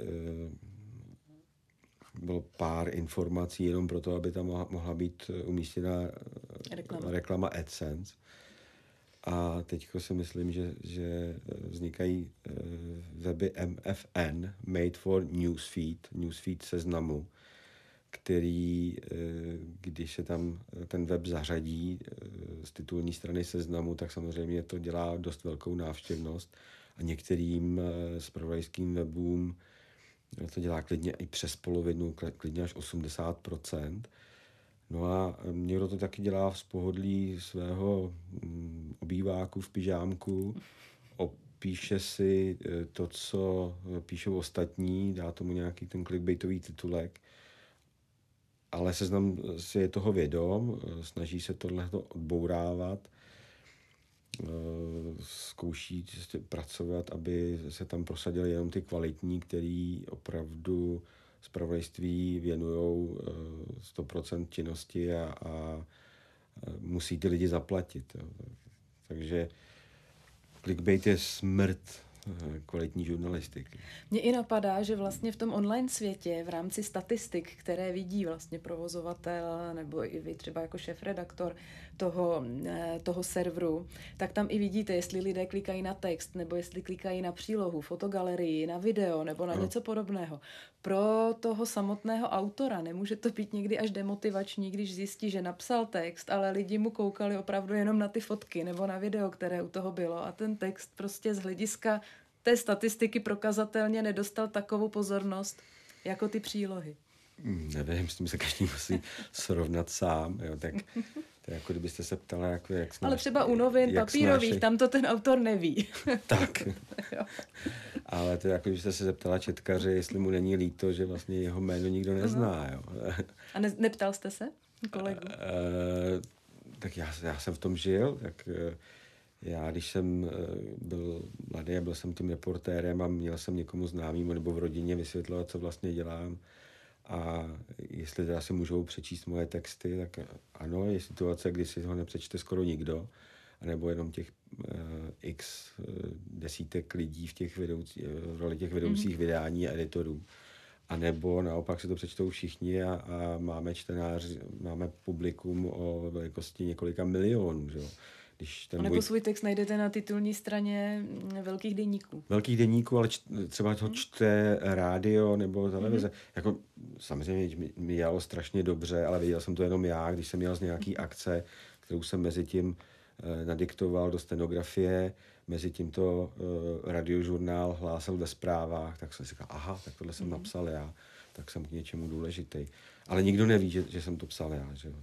bylo pár informací jenom proto, aby tam mohla být umístěna reklama AdSense. A teď si myslím, že vznikají weby MFN, Made for Newsfeed seznamu, který, když se tam ten web zařadí z titulní strany seznamu, tak samozřejmě to dělá dost velkou návštěvnost a některým zpravodajským webům to dělá klidně i přes polovinu, klidně až 80%. No a někdo to taky dělá z pohodlí svého obýváku v pyžámku, opíše si to, co píšou ostatní, dá tomu nějaký ten clickbaitový titulek, ale seznam si je toho vědom, snaží se tohleto odbourávat, zkouší pracovat, aby se tam prosadili jenom ty kvalitní, který opravdu zpravodajství věnujou 100% činnosti a musí ty lidi zaplatit. Jo. Takže clickbait je smrt kvalitní žurnalistiky. Mně i napadá, že vlastně v tom online světě v rámci statistik, které vidí vlastně provozovatel nebo i vy třeba jako šéfredaktor toho serveru, tak tam i vidíte, jestli lidé klikají na text nebo jestli klikají na přílohu, fotogalerii, na video nebo na něco podobného. Pro toho samotného autora nemůže to být někdy až demotivační, když zjistí, že napsal text, ale lidi mu koukali opravdu jenom na ty fotky nebo na video, které u toho bylo a ten text prostě z hlediska té statistiky prokazatelně nedostal takovou pozornost jako ty přílohy. Nevím, s tím se každý musí srovnat sám. Jo, tak to je jako kdybyste se ptala, jak ale třeba u novin papírových, tam to ten autor neví. Tak. Ale to je jako kdybyste se zeptala četkaře, jestli mu není líto, že vlastně jeho jméno nikdo nezná. Jo. A neptal jste se kolegu? Tak já jsem v tom žil, tak já, když jsem byl mladý a byl jsem tím reportérem a měl jsem někomu známýmu nebo v rodině vysvětlovat, co vlastně dělám a jestli teda si můžou přečíst moje texty, tak ano, je situace, kdy si ho nepřečte skoro nikdo, anebo jenom těch x desítek lidí v roli těch vedoucích vydání a editorů. A nebo naopak si to přečtou všichni a máme publikum o velikosti několika milionů. Že? Když nebo svůj text najdete na titulní straně velkých deníků. Velkých deníků, ale třeba to čte rádio nebo televize. Jako, samozřejmě mi dělalo strašně dobře, ale viděl jsem to jenom já, když jsem měl z nějaký akce, kterou jsem mezi tím nadiktoval do stenografie, mezi tím to radiožurnál hlásil ve zprávách, tak jsem si říkal, aha, tak tohle jsem napsal já, tak jsem k něčemu důležitý. Ale nikdo neví, že jsem to psal já. Že?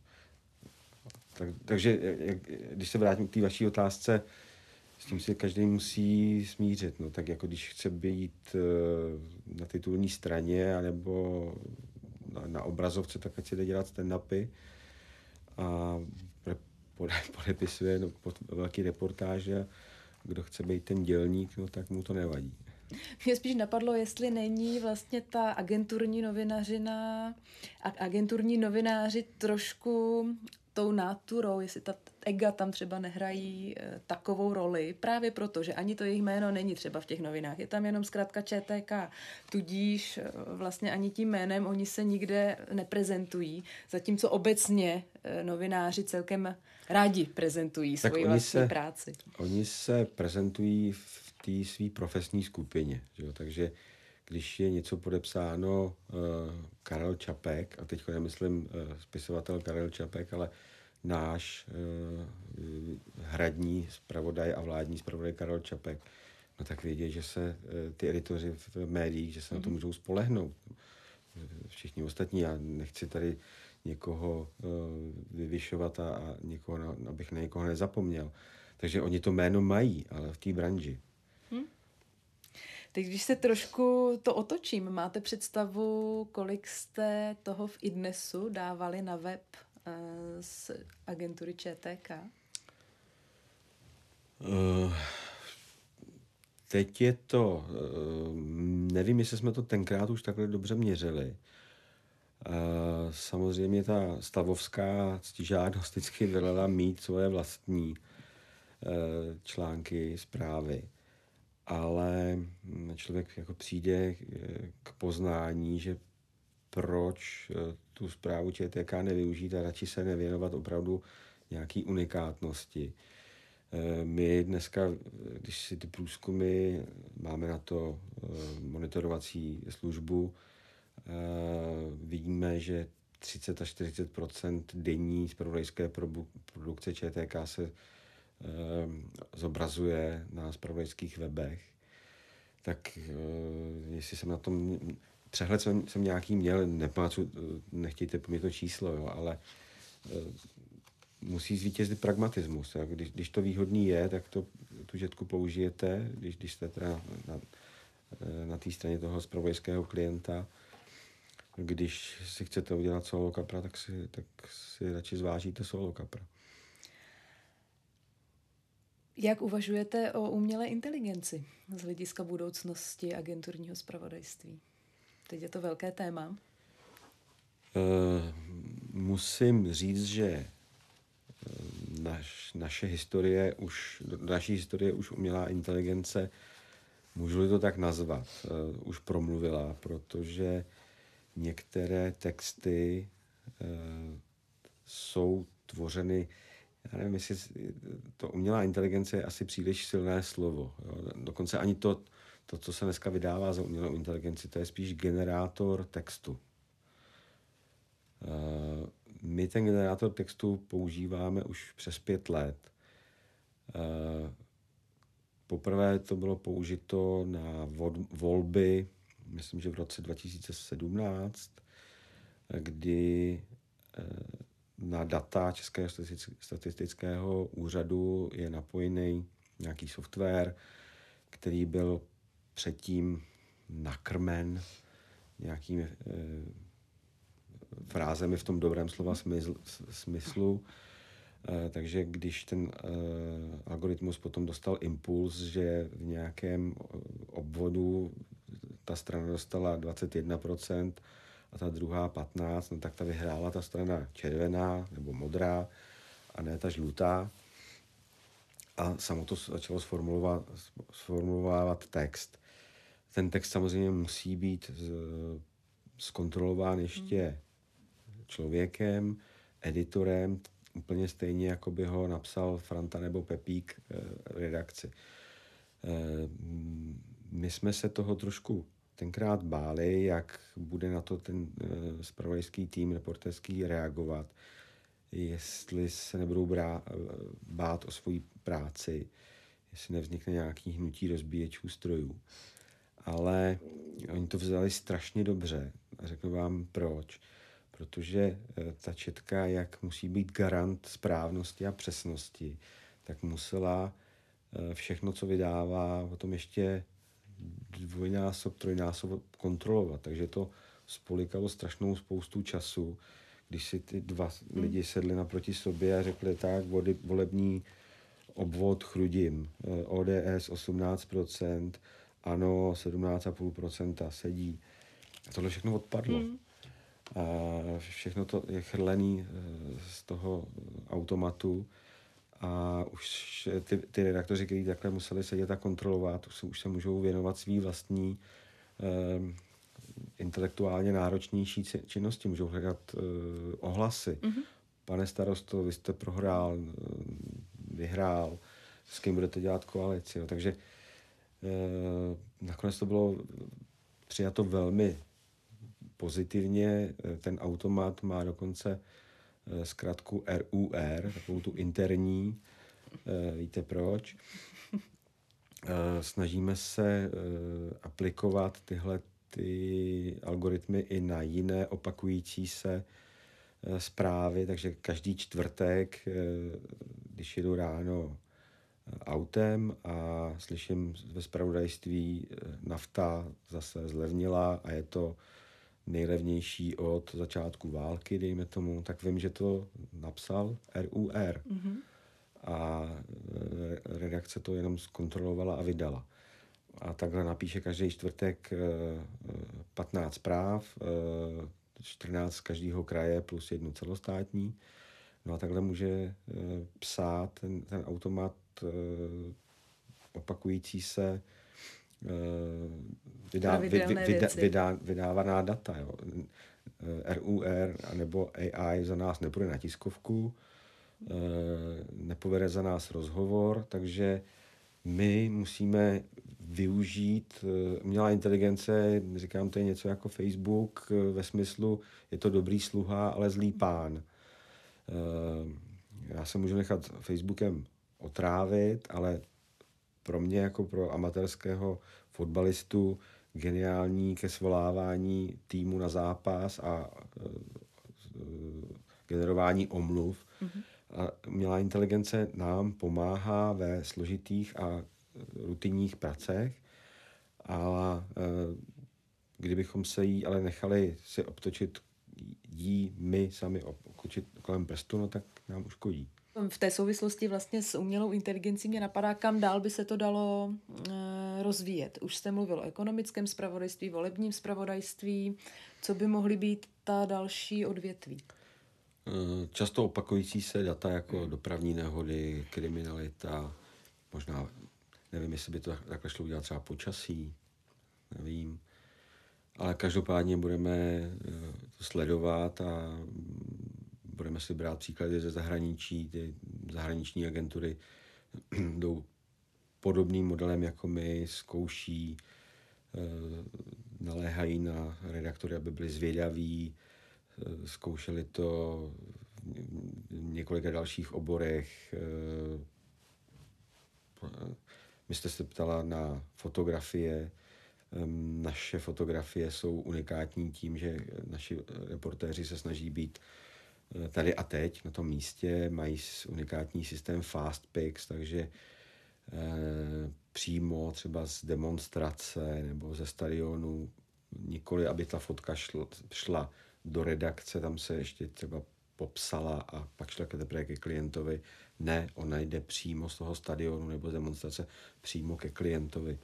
Takže když se vrátím k té vaší otázce, s tím si každý musí smířit. No, tak jako když chce být na titulní straně anebo na obrazovce, tak ať si jde dělat stand-upy a podepisuje velký reportáže. Kdo chce být ten dělník, no, tak mu to nevadí. Mě spíš napadlo, jestli není vlastně ta agenturní novinařina a agenturní novináři trošku tou náturou, jestli ta ega tam třeba nehrají takovou roli, právě proto, že ani to jejich jméno není třeba v těch novinách. Je tam jenom zkrátka ČTK. Tudíž vlastně ani tím jménem oni se nikde neprezentují, zatímco obecně novináři celkem rádi prezentují svoji vlastní práci. Oni se prezentují v té své profesní skupině. Že? Takže když je něco podepsáno Karel Čapek, a teď nemyslím spisovatel Karel Čapek, ale náš hradní zpravodaj a vládní zpravodaj Karel Čapek, no tak vědět, že se ty editoři v médiích, že se na to můžou spolehnout. Všichni ostatní, já nechci tady někoho vyvyšovat a abych na někoho nezapomněl. Takže oni to jméno mají, ale v té branži. Teď, když se trošku to otočím, máte představu, kolik jste toho v iDnesu dávali na web z agentury ČTK? Teď je to, nevím, jestli jsme to tenkrát už takhle dobře měřili. Samozřejmě ta stavovská ctižádost vždycky velela mít svoje vlastní články, zprávy. Ale člověk jako přijde k poznání, že proč tu zprávu ČTK nevyužít a radši se nevěnovat opravdu nějaký unikátnosti. My dneska, když si ty průzkumy, máme na to monitorovací službu, vidíme, že 30 až 40% denní zpravodajské produkce ČTK se zobrazuje na zpravodajských webech, tak jestli jsem na tom přehled jsem nějaký měl, nepamatuji, nechtějte po mě to číslo, jo, ale musí zvítězit pragmatismus. Jo. Když to výhodný je, tak tu žetku použijete, když jste teda na té straně toho zpravodajského klienta. Když si chcete udělat solo kapra, tak si radši zvážíte solo kapra. Jak uvažujete o umělé inteligenci z hlediska budoucnosti agenturního zpravodajství? Teď je to velké téma. Musím říct, že naší historie už umělá inteligence, můžu-li to tak nazvat, už promluvila, protože některé texty jsou tvořeny, já nevím, jestli to umělá inteligence je asi příliš silné slovo. Jo. Dokonce ani to, co se dneska vydává za umělou inteligenci, to je spíš generátor textu. My ten generátor textu používáme už přes 5 let. Poprvé to bylo použito na volby, myslím, že v roce 2017. kdy na data Českého statistického úřadu je napojený nějaký software, který byl předtím nakrmen nějakými frázemi v tom dobrém slova smyslu. Takže když ten algoritmus potom dostal impuls, že v nějakém obvodu ta strana dostala 21% a ta druhá 15%, no tak ta vyhrála ta strana červená nebo modrá a ne ta žlutá. A samo to začalo sformulovávat text. Ten text samozřejmě musí být zkontrolován ještě člověkem, editorem, úplně stejně, jako by ho napsal Franta nebo Pepík redakci. My jsme se toho trošku tenkrát báli, jak bude na to ten zpravodajský tým reporterský reagovat, jestli se nebudou bát o svoji práci, jestli nevznikne nějaký hnutí rozbíječů strojů. Ale oni to vzali strašně dobře a řeknu vám proč. Protože ta četka, jak musí být garant správnosti a přesnosti, tak musela všechno, co vydává, o tom ještě trojnásob kontrolovat. Takže to spolikalo strašnou spoustu času, když si ty dva lidi sedli naproti sobě a řekli tak, volební obvod Chrudim, ODS 18%, ANO 17,5% sedí. A tohle všechno odpadlo. A všechno to je chrlený z toho automatu a už ty redaktoři, kteří takhle museli sedět a kontrolovat, už se můžou věnovat svý vlastní intelektuálně náročnější činnosti. Můžou hledat ohlasy. Pane starosto, vy jste prohrál, vyhrál, s kým budete dělat koalici. Jo. Takže nakonec to bylo přijato velmi pozitivně. Ten automat má dokonce zkratku RUR, takovou tu interní. Víte proč? Snažíme se aplikovat tyhle ty algoritmy i na jiné opakující se zprávy, takže každý čtvrtek, když jedu ráno autem a slyším ve zpravodajství nafta zase zlevnila a je to nejlevnější od začátku války, dejme tomu, tak vím, že to napsal RUR. A redakce to jenom zkontrolovala a vydala. A takhle napíše každý čtvrtek 15 zpráv, 14 z každého kraje plus jednu celostátní. No a takhle může psát ten automat opakující se vydávaná data. Jo. RUR nebo AI za nás nepůjde na tiskovku, nepovede za nás rozhovor, takže my musíme využít umělá inteligence, říkám, to je něco jako Facebook, ve smyslu, je to dobrý sluha, ale zlý pán. Já se můžu nechat Facebookem otrávit, ale pro mě jako pro amatérského fotbalistu geniální ke svolávání týmu na zápas a generování omluv. A umělá inteligence nám pomáhá ve složitých a rutinních pracech, ale kdybychom se jí ale nechali si obtočit my sami obtočit kolem prstu, no tak nám uškodí. V té souvislosti vlastně s umělou inteligencí mě napadá, kam dál by se to dalo rozvíjet. Už jste mluvil o ekonomickém zpravodajství, volebním zpravodajství. Co by mohly být ta další odvětví? Často opakující se data jako dopravní nehody, kriminalita, možná, nevím, jestli by to takhle šlo udělat třeba počasí, nevím. Ale každopádně budeme to sledovat a budeme si brát příklady ze zahraničí. Ty zahraniční agentury jdou podobným modelem jako my, zkouší, naléhají na redaktory, aby byli zvědaví, zkoušeli to v několika dalších oborech. My jste se ptala na fotografie. Naše fotografie jsou unikátní tím, že naši reportéři se snaží být tady a teď na tom místě, mají unikátní systém Fast Pics, takže přímo třeba z demonstrace nebo ze stadionu, nikoli aby ta fotka šla do redakce, tam se ještě třeba popsala a pak šla teprve ke klientovi. Ne, ona jde přímo z toho stadionu nebo z demonstrace přímo ke klientovi.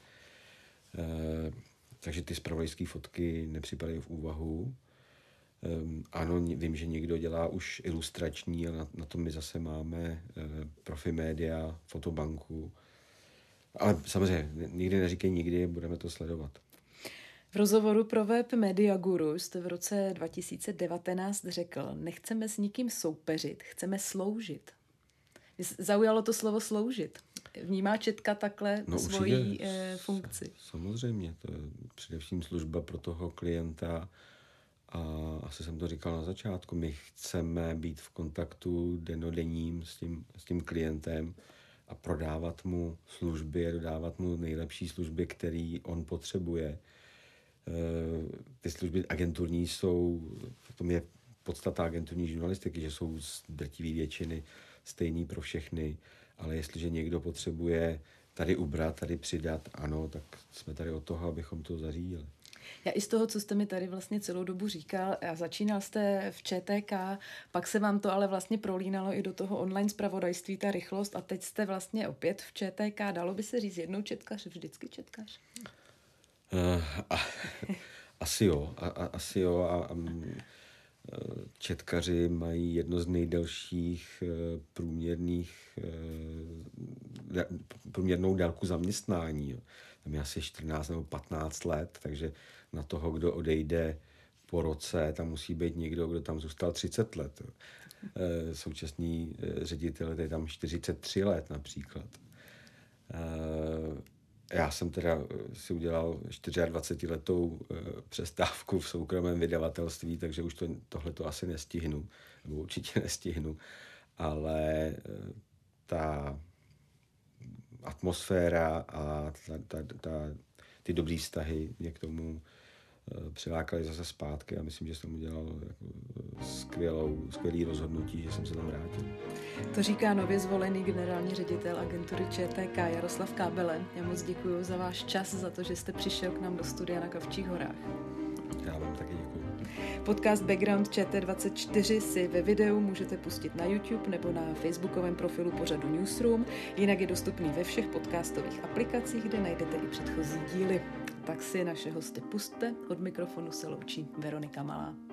Takže ty zpravodajské fotky nepřipadají v úvahu. Ano, vím, že někdo dělá už ilustrační, ale na to my zase máme Profimedia, Fotobanku. Ale samozřejmě, nikdy neříkej nikdy, budeme to sledovat. V rozhovoru pro web Media Guru jste v roce 2019 řekl, nechceme s nikým soupeřit, chceme sloužit. Zaujalo to slovo sloužit. Vnímá Četka takhle svoji funkci? Samozřejmě, to je především služba pro toho klienta a asi jsem to říkal na začátku, my chceme být v kontaktu dennodenním s tím klientem a prodávat mu služby, dodávat mu nejlepší služby, které on potřebuje. Ty služby agenturní jsou, v tom je podstata agenturní žurnalistiky, že jsou z drtivé většiny stejný pro všechny, ale jestliže někdo potřebuje tady ubrat, tady přidat, ano, tak jsme tady od toho, abychom to zařídili. Já i z toho, co jste mi tady vlastně celou dobu říkal, a začínal jste v ČTK, pak se vám to ale vlastně prolínalo i do toho online zpravodajství, ta rychlost, a teď jste vlastně opět v ČTK. Dalo by se říct jednou četkař, vždycky četkař? Asi jo. Četkaři mají jedno z nejdelších průměrnou délku zaměstnání. Tam je asi 14 nebo 15 let, takže na toho, kdo odejde po roce, tam musí být někdo, kdo tam zůstal 30 let. Současný ředitel je tam 43 let například. Já jsem teda si udělal 24letou přestávku v soukromém vydavatelství, takže už tohleto asi nestihnu, nebo určitě nestihnu, ale ta atmosféra a ty dobrý vztahy mě k tomu přilákaly zase zpátky a myslím, že jsem udělal skvělý rozhodnutí, že jsem se tam vrátil. To říká nově zvolený generální ředitel agentury ČTK Jaroslav Kábele. Já moc děkuji za váš čas, za to, že jste přišel k nám do studia na Kavčích horách. Já vám taky děkuji. Podcast Background ČT24 si ve videu můžete pustit na YouTube nebo na facebookovém profilu pořadu Newsroom. Jinak je dostupný ve všech podcastových aplikacích, kde najdete i předchozí díly. Tak si naše hosty pusťte. Od mikrofonu se loučí Veronika Malá.